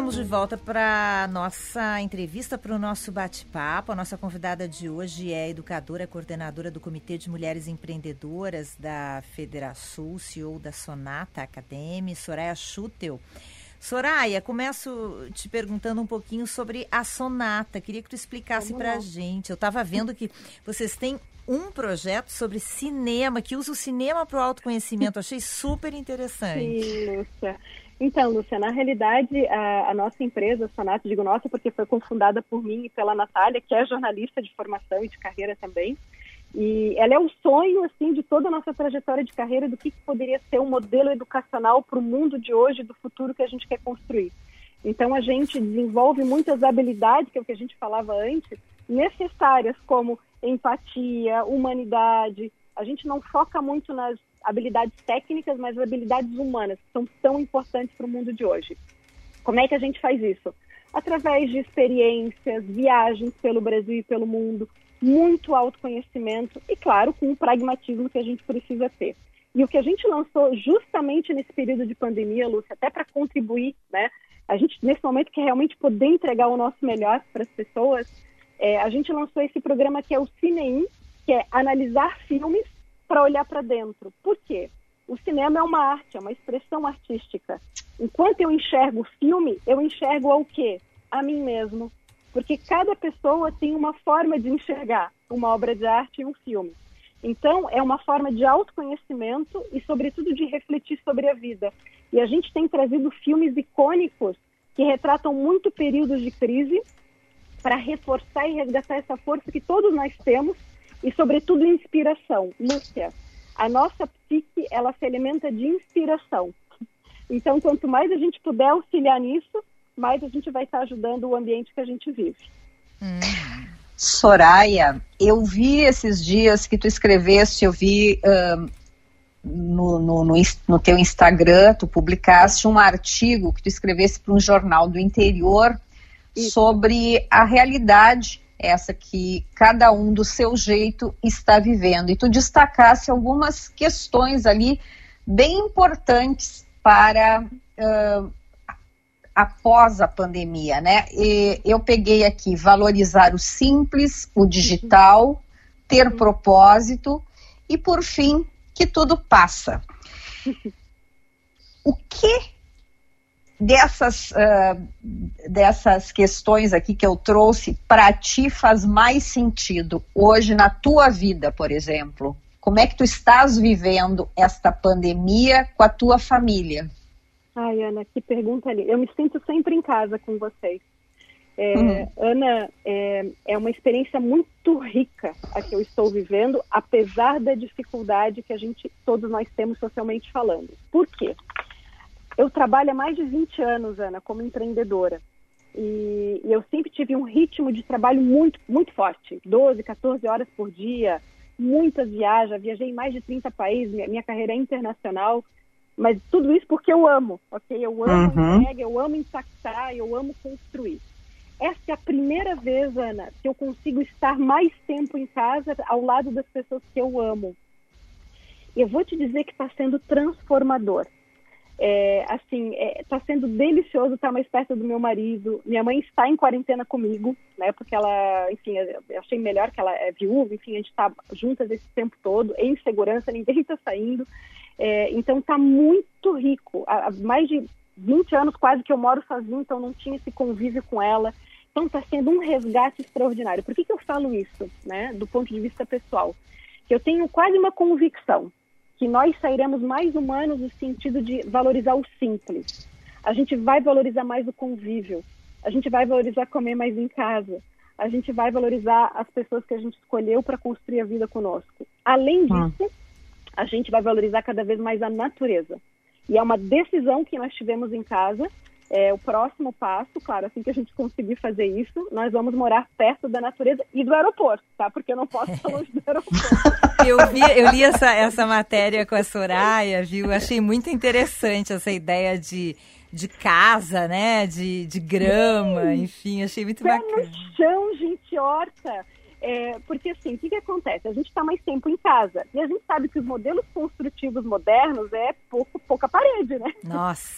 Estamos de volta para a nossa entrevista, para o nosso bate-papo. A nossa convidada de hoje é a educadora, coordenadora do Comitê de Mulheres Empreendedoras da Federação, CEO da Sonata Academy, Soraya Schutel. Soraya, começo te perguntando um pouquinho sobre a Sonata. Queria que tu explicasse para a gente. Eu estava vendo que vocês têm um projeto sobre cinema, que usa o cinema para o autoconhecimento. Achei super interessante. Sim, Lúcia. Então, Lúcia, na realidade, a nossa empresa, a Sonata, digo nossa porque foi cofundada por mim e pela Natália, que é jornalista de formação e de carreira também. E ela é o sonho, assim, de toda a nossa trajetória de carreira do que poderia ser um modelo educacional para o mundo de hoje, do futuro que a gente quer construir. Então, a gente desenvolve muitas habilidades, que é o que a gente falava antes, necessárias, como empatia, humanidade. A gente não foca muito nas habilidades técnicas, mas as habilidades humanas, que são tão importantes para o mundo de hoje. Como é que a gente faz isso? Através de experiências, viagens pelo Brasil e pelo mundo, muito autoconhecimento e, claro, com o pragmatismo que a gente precisa ter. E o que a gente lançou justamente nesse período de pandemia, Lúcia, até para contribuir, né? A gente, nesse momento, quer realmente poder entregar o nosso melhor para as pessoas. A gente lançou esse programa que é o Cineim, que é analisar filmes para olhar para dentro. Por quê? O cinema é uma arte, é uma expressão artística. Enquanto eu enxergo o filme, eu enxergo ao quê? A mim mesmo. Porque cada pessoa tem uma forma de enxergar uma obra de arte e um filme. Então, é uma forma de autoconhecimento e, sobretudo, de refletir sobre a vida. E a gente tem trazido filmes icônicos que retratam muito períodos de crise para reforçar e resgatar essa força que todos nós temos e, sobretudo, inspiração. Lúcia, a nossa psique, ela se alimenta de inspiração. Então, quanto mais a gente puder auxiliar nisso, mais a gente vai estar ajudando o ambiente que a gente vive. Soraya, eu vi esses dias que tu escreveste, eu vi no teu Instagram, tu publicaste um artigo que tu escreveste para um jornal do interior sobre a realidade essa que cada um do seu jeito está vivendo. E tu destacasse algumas questões ali bem importantes para após a pandemia, né? E eu peguei aqui valorizar o simples, o digital, ter propósito e, por fim, que tudo passa. O que dessas questões aqui que eu trouxe para ti faz mais sentido hoje na tua vida, por exemplo? Como é que tu estás vivendo esta pandemia com a tua família? Ai, Ana, que pergunta ali. Eu me sinto sempre em casa com vocês. Ana, é uma experiência muito rica a que eu estou vivendo, apesar da dificuldade que todos nós temos socialmente falando. Por quê? Eu trabalho há mais de 20 anos, Ana, como empreendedora. E eu sempre tive um ritmo de trabalho muito, muito forte. 12, 14 horas por dia, muitas viagens. Viajei em mais de 30 países, minha carreira é internacional. Mas tudo isso porque eu amo, ok? Eu amo entrega, eu amo impactar, eu amo construir. Essa é a primeira vez, Ana, que eu consigo estar mais tempo em casa ao lado das pessoas que eu amo. E eu vou te dizer que está sendo transformador. Está sendo delicioso estar mais perto do meu marido. Minha mãe está em quarentena comigo, né? Porque ela, enfim, eu achei melhor que ela é viúva, enfim, a gente está juntas esse tempo todo, em segurança, ninguém está saindo. Então está muito rico. Há mais de 20 anos quase que eu moro sozinha, então não tinha esse convívio com ela. Então está sendo um resgate extraordinário. Por que eu falo isso, né, do ponto de vista pessoal? Que eu tenho quase uma convicção que nós sairemos mais humanos no sentido de valorizar o simples. A gente vai valorizar mais o convívio. A gente vai valorizar comer mais em casa. A gente vai valorizar as pessoas que a gente escolheu para construir a vida conosco. Além disso, a gente vai valorizar cada vez mais a natureza. E é uma decisão que nós tivemos em casa. O próximo passo, claro, assim que a gente conseguir fazer isso, nós vamos morar perto da natureza e do aeroporto, tá? Porque eu não posso estar longe do aeroporto. Eu li essa matéria com a Soraya, viu? Achei muito interessante essa ideia de casa, né? De grama, enfim, achei muito bacana. Pé no chão, gente, horta. Porque assim, o que acontece? A gente está mais tempo em casa e a gente sabe que os modelos construtivos modernos é pouca parede, né? Nossa!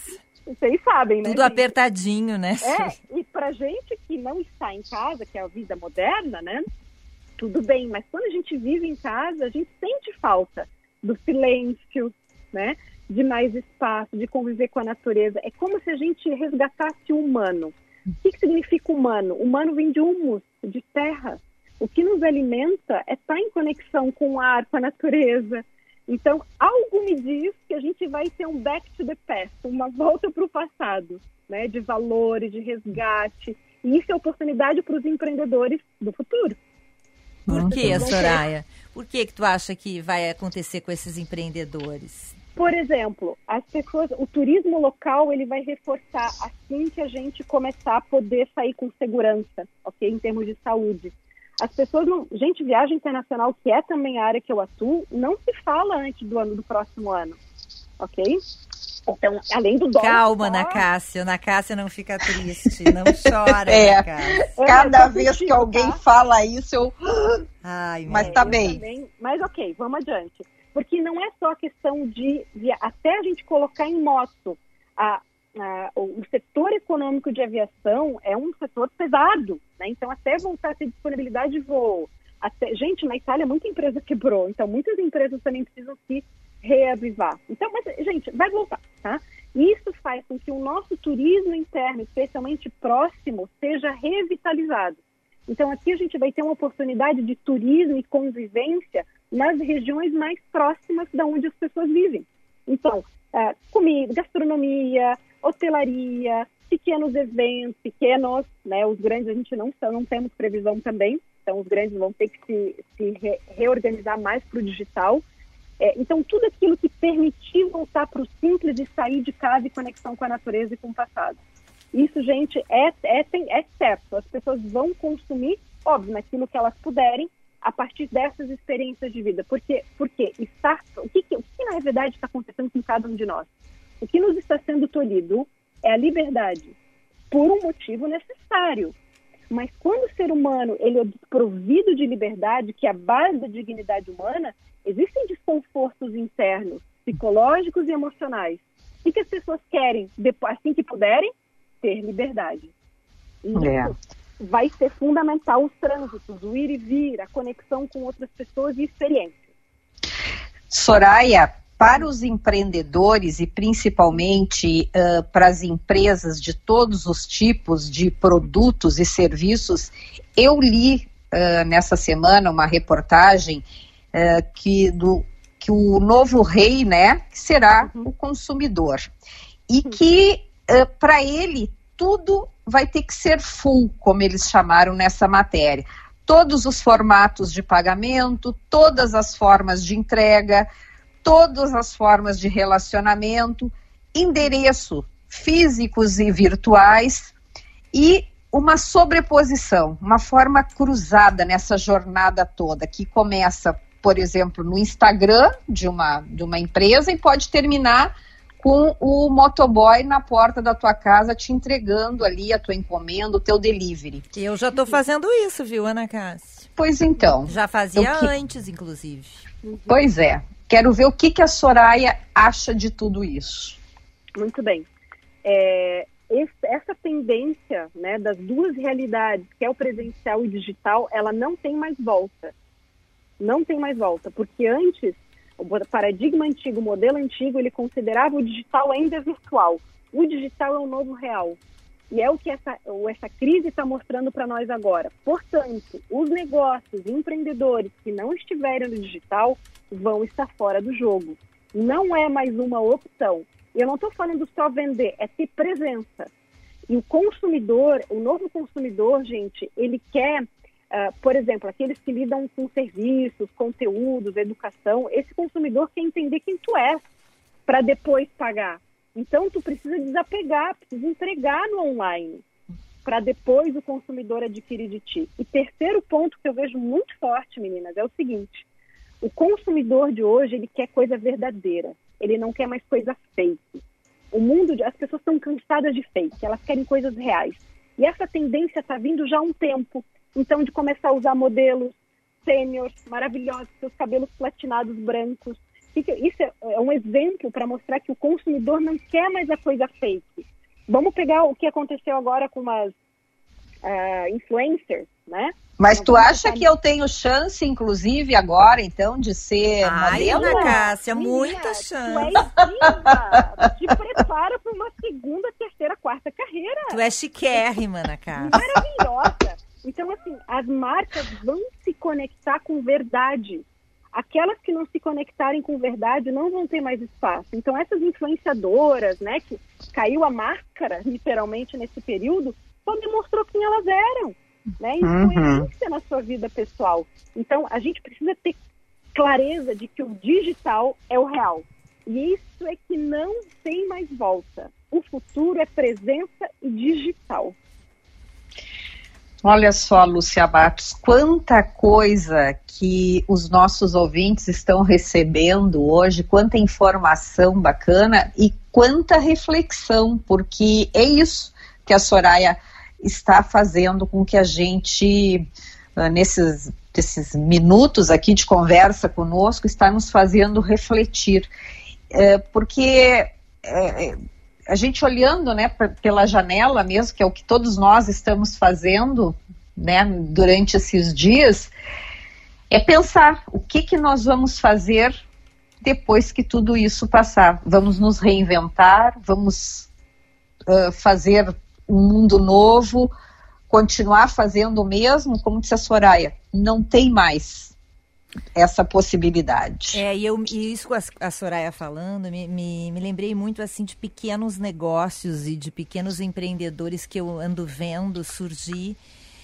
Vocês sabem, né? Tudo apertadinho, né? E pra gente que não está em casa, que é a vida moderna, né? Tudo bem, mas quando a gente vive em casa, a gente sente falta do silêncio, né? De mais espaço, de conviver com a natureza. É como se a gente resgatasse o humano. O que significa humano? Humano vem de humus, de terra. O que nos alimenta é estar em conexão com o ar, com a natureza. Então, algo me diz que a gente vai ter um back to the past, uma volta para o passado, né? De valores, de resgate. E isso é oportunidade para os empreendedores do futuro. Por que, Soraya? Por que tu acha que vai acontecer com esses empreendedores? Por exemplo, as pessoas, o turismo local, ele vai reforçar assim que a gente começar a poder sair com segurança, ok? Em termos de saúde. As pessoas não... Gente, viagem internacional, que é também a área que eu atuo, não se fala antes do próximo ano, ok? Então, além do dólar... Calma, Ana Cássia não fica triste, não chora, Ana Cássia. Cada vez que alguém fala isso, eu... Mas tá bem. Também, mas ok, vamos adiante. Porque não é só a questão de até a gente colocar em moto o setor econômico de aviação é um setor pesado, né? Então até voltar a ter disponibilidade de voo. Gente, na Itália muita empresa quebrou, então muitas empresas também precisam se reavivar. Então, mas, gente, vai voltar, tá? Isso faz com que o nosso turismo interno, especialmente próximo, seja revitalizado. Então aqui a gente vai ter uma oportunidade de turismo e convivência nas regiões mais próximas da onde as pessoas vivem. Então, comida, gastronomia, hotelaria, pequenos eventos, né? Os grandes a gente não temos previsão também, então os grandes vão ter que se reorganizar mais para o digital. Então, tudo aquilo que permitir voltar para o simples e sair de casa e conexão com a natureza e com o passado. Isso, gente, é certo. As pessoas vão consumir, óbvio, naquilo que elas puderem, a partir dessas experiências de vida. O que na verdade está acontecendo com cada um de nós? O que nos está sendo tolhido é a liberdade, por um motivo necessário. Mas quando o ser humano ele é desprovido de liberdade, que é a base da dignidade humana, existem desconfortos internos, psicológicos e emocionais. O que as pessoas querem, assim que puderem? Ter liberdade. Vai ser fundamental os trânsitos, o ir e vir, a conexão com outras pessoas e experiências. Soraya, para os empreendedores e principalmente para as empresas de todos os tipos de produtos e serviços, eu li nessa semana uma reportagem que o novo rei, né, será o consumidor. E que para ele tudo vai ter que ser full, como eles chamaram nessa matéria. Todos os formatos de pagamento, todas as formas de entrega, todas as formas de relacionamento, endereço físicos e virtuais e uma sobreposição, uma forma cruzada nessa jornada toda, que começa, por exemplo, no Instagram de uma empresa e pode terminar com o motoboy na porta da tua casa te entregando ali a tua encomenda, o teu delivery. Eu já estou fazendo isso, viu, Ana Cássia? Pois então. Já fazia antes, inclusive. Pois é. Quero ver o que a Soraya acha de tudo isso. Muito bem. Essa tendência, né, das duas realidades, que é o presencial e o digital, ela não tem mais volta. Não tem mais volta, porque antes o paradigma antigo, o modelo antigo, ele considerava o digital ainda virtual. O digital é o novo real. E é o que essa crise está mostrando para nós agora. Portanto, os negócios e empreendedores que não estiverem no digital vão estar fora do jogo. Não é mais uma opção. Eu não estou falando só vender, é ter presença. E o consumidor, o novo consumidor, gente, ele quer... por exemplo, aqueles que lidam com serviços, conteúdos, educação, esse consumidor quer entender quem tu és para depois pagar. Então, tu precisa desapegar, precisa entregar no online para depois o consumidor adquirir de ti. E terceiro ponto que eu vejo muito forte, meninas, é o seguinte: o consumidor de hoje, ele quer coisa verdadeira, ele não quer mais coisa fake. As pessoas estão cansadas de fake, elas querem coisas reais. E essa tendência está vindo já há um tempo. Então, de começar a usar modelos sêniores, maravilhosos, seus cabelos platinados brancos, Isso é um exemplo para mostrar que o consumidor não quer mais a coisa fake. Vamos pegar o que aconteceu agora com umas influencers, né? Mas tu acha que eu tenho chance, inclusive, agora, então, de ser modelo? Ana Cássia, muita chance. Tu te prepara para uma segunda, terceira, quarta carreira. Tu é chiquérrima, Ana Cássia. Maravilhosa. Então, assim, as marcas vão se conectar com verdade. Aquelas que não se conectarem com verdade não vão ter mais espaço. Então, essas influenciadoras, né, que caiu a máscara, literalmente, nesse período, só demonstrou quem elas eram. Né, influência na sua vida pessoal. Então, a gente precisa ter clareza de que o digital é o real. E isso é que não tem mais volta. O futuro é presença e digital. Olha só, Lúcia Matos, quanta coisa que os nossos ouvintes estão recebendo hoje, quanta informação bacana e quanta reflexão, porque é isso que a Soraya está fazendo com que a gente, nesses minutos aqui de conversa conosco, está nos fazendo refletir. Porque a gente olhando, né, pela janela mesmo, que é o que todos nós estamos fazendo, né, durante esses dias, é pensar o que nós vamos fazer depois que tudo isso passar. Vamos nos reinventar, vamos fazer um mundo novo, continuar fazendo o mesmo, como disse a Soraya, não tem mais essa possibilidade. E isso com a Soraya falando, me lembrei muito assim de pequenos negócios e de pequenos empreendedores que eu ando vendo surgir,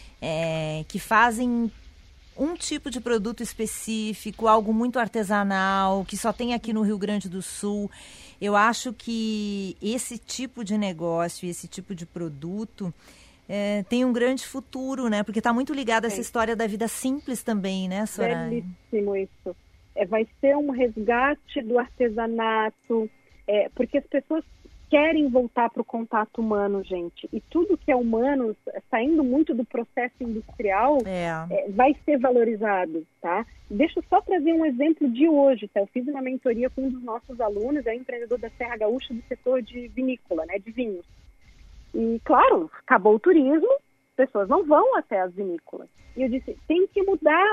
que fazem um tipo de produto específico, algo muito artesanal, que só tem aqui no Rio Grande do Sul. Eu acho que esse tipo de negócio, esse tipo de produto tem um grande futuro, né? Porque está muito ligado a essa história da vida simples também, né, Soraya? Belíssimo isso. Vai ser um resgate do artesanato, porque as pessoas querem voltar para o contato humano, gente. E tudo que é humano, saindo muito do processo industrial, vai ser valorizado, tá? Deixa eu só trazer um exemplo de hoje, tá? Eu fiz uma mentoria com um dos nossos alunos, empreendedor da Serra Gaúcha do setor de vinícola, né, de vinhos. E, claro, acabou o turismo, as pessoas não vão até as vinícolas. E eu disse, tem que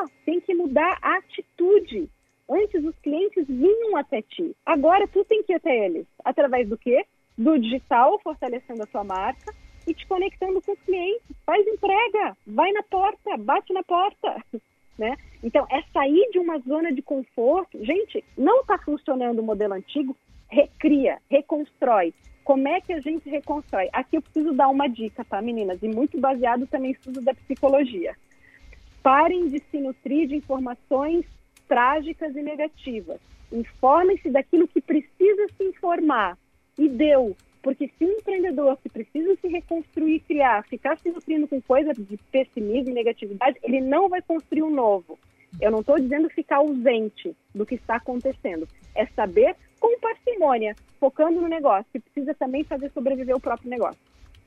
mudar a atitude. Antes os clientes vinham até ti, agora tu tem que ir até eles. Através do quê? Do digital, fortalecendo a tua marca e te conectando com os clientes. Faz entrega, vai na porta, bate na porta, né? Então, é sair de uma zona de conforto. Gente, não está funcionando o modelo antigo, recria, reconstrói. Como é que a gente reconstrói? Aqui eu preciso dar uma dica, tá, meninas? E muito baseado também em estudo da psicologia. Parem de se nutrir de informações trágicas e negativas. Informem-se daquilo que precisa se informar. E deu. Porque se um empreendedor que precisa se reconstruir, criar, ficar se nutrindo com coisa de pessimismo e negatividade, ele não vai construir um novo. Eu não estou dizendo ficar ausente do que está acontecendo. É saber com parcimônia, focando no negócio, que precisa também fazer sobreviver o próprio negócio.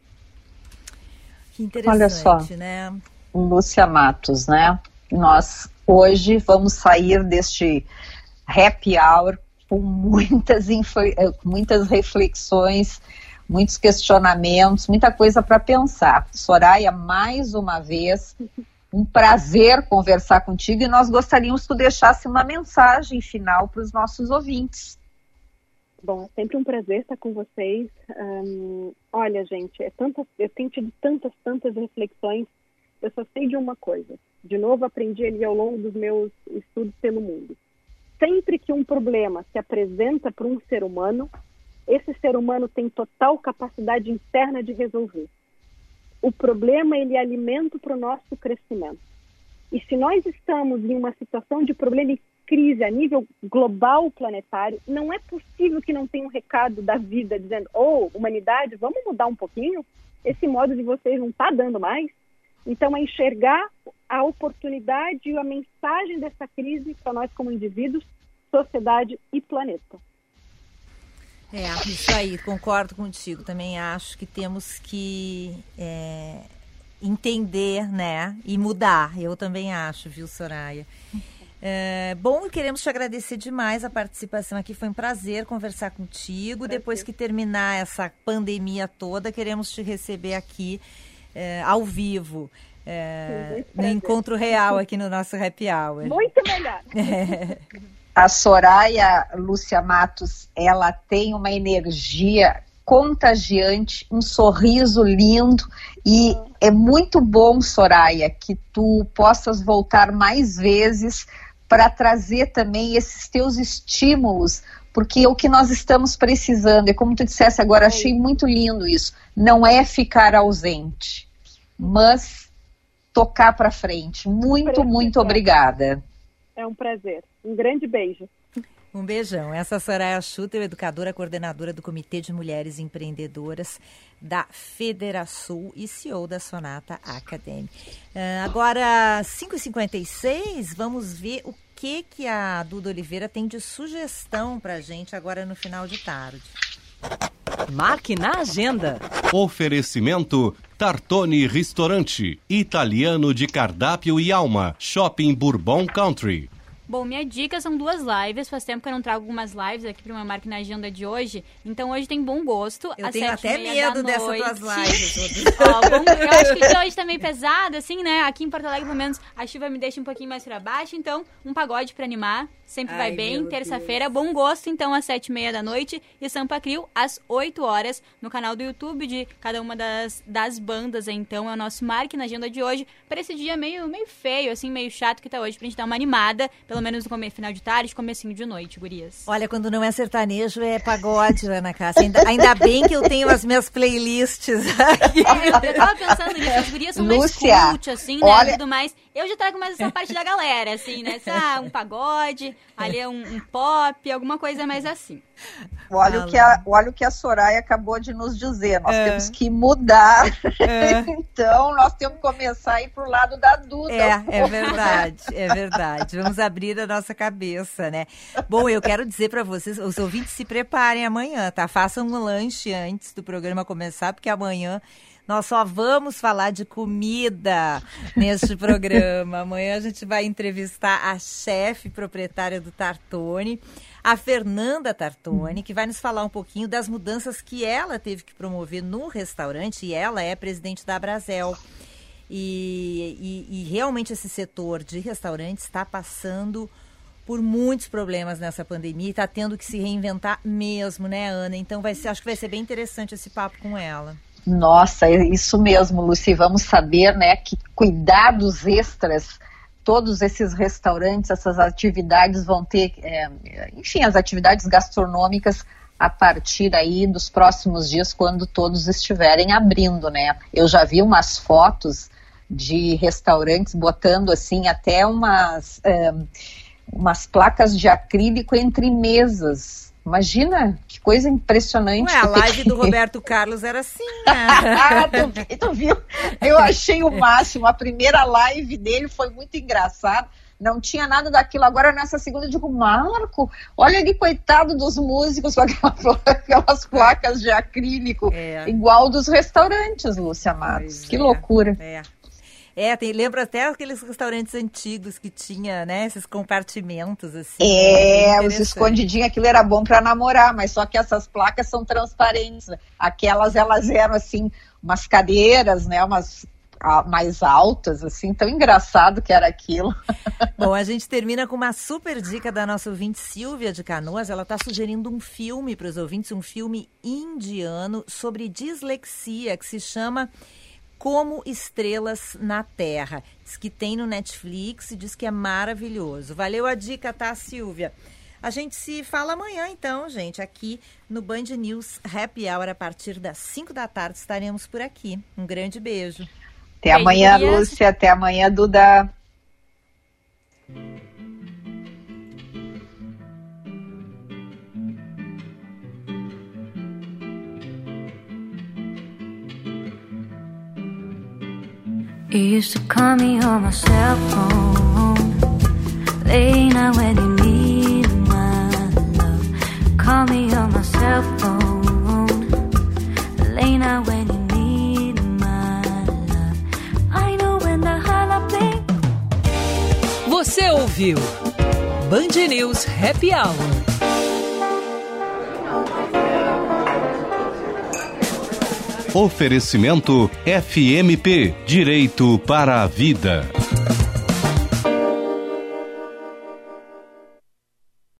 Que interessante, olha só, né? Lúcia Matos, né? Nós hoje vamos sair deste happy hour com muitas reflexões, muitos questionamentos, muita coisa para pensar. Soraya, mais uma vez, um prazer conversar contigo e nós gostaríamos que tu deixasse uma mensagem final para os nossos ouvintes. Bom, é sempre um prazer estar com vocês. Olha, gente, eu tenho tido tantas reflexões. Eu só sei de uma coisa. De novo, aprendi ali ao longo dos meus estudos pelo mundo. Sempre que um problema se apresenta para um ser humano, esse ser humano tem total capacidade interna de resolver. O problema, ele é alimento para o nosso crescimento. E se nós estamos em uma situação de problema e crise a nível global planetário, não é possível que não tenha um recado da vida dizendo, humanidade, vamos mudar um pouquinho? Esse modo de vocês não está dando mais? Então, é enxergar a oportunidade e a mensagem dessa crise para nós como indivíduos, sociedade e planeta. Isso aí, concordo contigo. Também acho que temos que entender, né, e mudar. Eu também acho, viu, Soraya? Bom, queremos te agradecer demais a participação aqui, foi um prazer conversar contigo. Depois que terminar essa pandemia toda, queremos te receber aqui ao vivo, no encontro real aqui no nosso Happy Hour. Muito melhor. A Soraya, Lúcia Matos, ela tem uma energia contagiante, um sorriso lindo, e é muito bom, Soraya, que tu possas voltar mais vezes para trazer também esses teus estímulos, porque o que nós estamos precisando, é como tu dissesse agora, achei muito lindo isso, não é ficar ausente, mas tocar para frente. Muito obrigada. É um prazer. Um grande beijo. Um beijão. Essa é a Soraya Schutter, educadora, coordenadora do Comitê de Mulheres Empreendedoras da Federação e CEO da Sonata Academy. Agora, 5h56, vamos ver o que a Duda Oliveira tem de sugestão para a gente agora no final de tarde. Marque na agenda. Oferecimento Tartone Restaurante, italiano de cardápio e alma, Shopping Bourbon Country. Bom, minha dica são 2 lives. Faz tempo que eu não trago algumas lives aqui para uma marca na agenda de hoje. Então hoje tem Bom Gosto. Eu tenho até medo dessas tuas lives. Bom, eu acho que hoje tá meio pesado, assim, né? Aqui em Porto Alegre, pelo menos, a chuva me deixa um pouquinho mais para baixo. Então, um pagode para animar. Sempre vai bem. Terça-feira, Bom Gosto, então, às 7h30 e Sampa Crio, às 8 horas, no canal do YouTube de cada uma das bandas. Então, é o nosso marque na agenda de hoje. Para esse dia meio feio, assim, meio chato que tá hoje, pra gente dar uma animada, pelo menos no final de tarde, comecinho de noite, gurias. Olha, quando não é sertanejo, é pagode, Ana Cássia. Ainda bem que eu tenho as minhas playlists aqui. Eu tava pensando nisso, as gurias são Lúcia, mais cult, assim, né, olha... tudo mais. Eu já trago mais essa parte da galera, assim, né? Um pagode, ali é um pop, alguma coisa mais assim. Olha o que a Soraya acabou de nos dizer. Nós temos que mudar. Então, nós temos que começar a ir pro lado da Duda. É verdade. Vamos abrir a nossa cabeça, né? Bom, eu quero dizer para vocês, os ouvintes se preparem amanhã, tá? Façam um lanche antes do programa começar, porque amanhã nós só vamos falar de comida neste programa. Amanhã a gente vai entrevistar a chefe proprietária do Tartone, a Fernanda Tartone, que vai nos falar um pouquinho das mudanças que ela teve que promover no restaurante, e ela é presidente da Abrazel. E realmente esse setor de restaurantes está passando por muitos problemas nessa pandemia e está tendo que se reinventar mesmo, né, Ana? Então acho que vai ser bem interessante esse papo com ela. Nossa, é isso mesmo, Lucy. Vamos saber, né, que cuidados extras todos esses restaurantes, essas atividades vão ter, enfim, as atividades gastronômicas a partir aí dos próximos dias, quando todos estiverem abrindo, né? Eu já vi umas fotos de restaurantes botando, assim, até umas placas de acrílico entre mesas. Imagina, que coisa impressionante. A live do Roberto Carlos era assim, né? Tu viu? Eu achei o máximo. A primeira live dele foi muito engraçada. Não tinha nada daquilo. Agora, nessa segunda, eu digo, Marco, olha ali, coitado dos músicos com aquelas placas de acrílico, igual dos restaurantes, Lúcia Matos. Que loucura. Lembra até aqueles restaurantes antigos que tinha, né, esses compartimentos, assim. Os escondidinhos, aquilo era bom para namorar, mas só que essas placas são transparentes. Aquelas, elas eram, assim, umas cadeiras, né, umas mais altas, assim, tão engraçado que era aquilo. Bom, a gente termina com uma super dica da nossa ouvinte Silvia de Canoas. Ela está sugerindo um filme para os ouvintes, um filme indiano sobre dislexia, que se chama Como Estrelas na Terra. Diz que tem no Netflix e diz que é maravilhoso. Valeu a dica, tá, Silvia? A gente se fala amanhã, então, gente, aqui no Band News Happy Hour, a partir das 5 da tarde, estaremos por aqui. Um grande beijo. Até amanhã, Lúcia. Até amanhã, Duda. You used to call me on my cell phone, late night when you need my love. Call me on my cell phone, late night when you need my love. I know when the holla bling. Você ouviu Band News Happy Hour. Oferecimento FMP Direito para a Vida.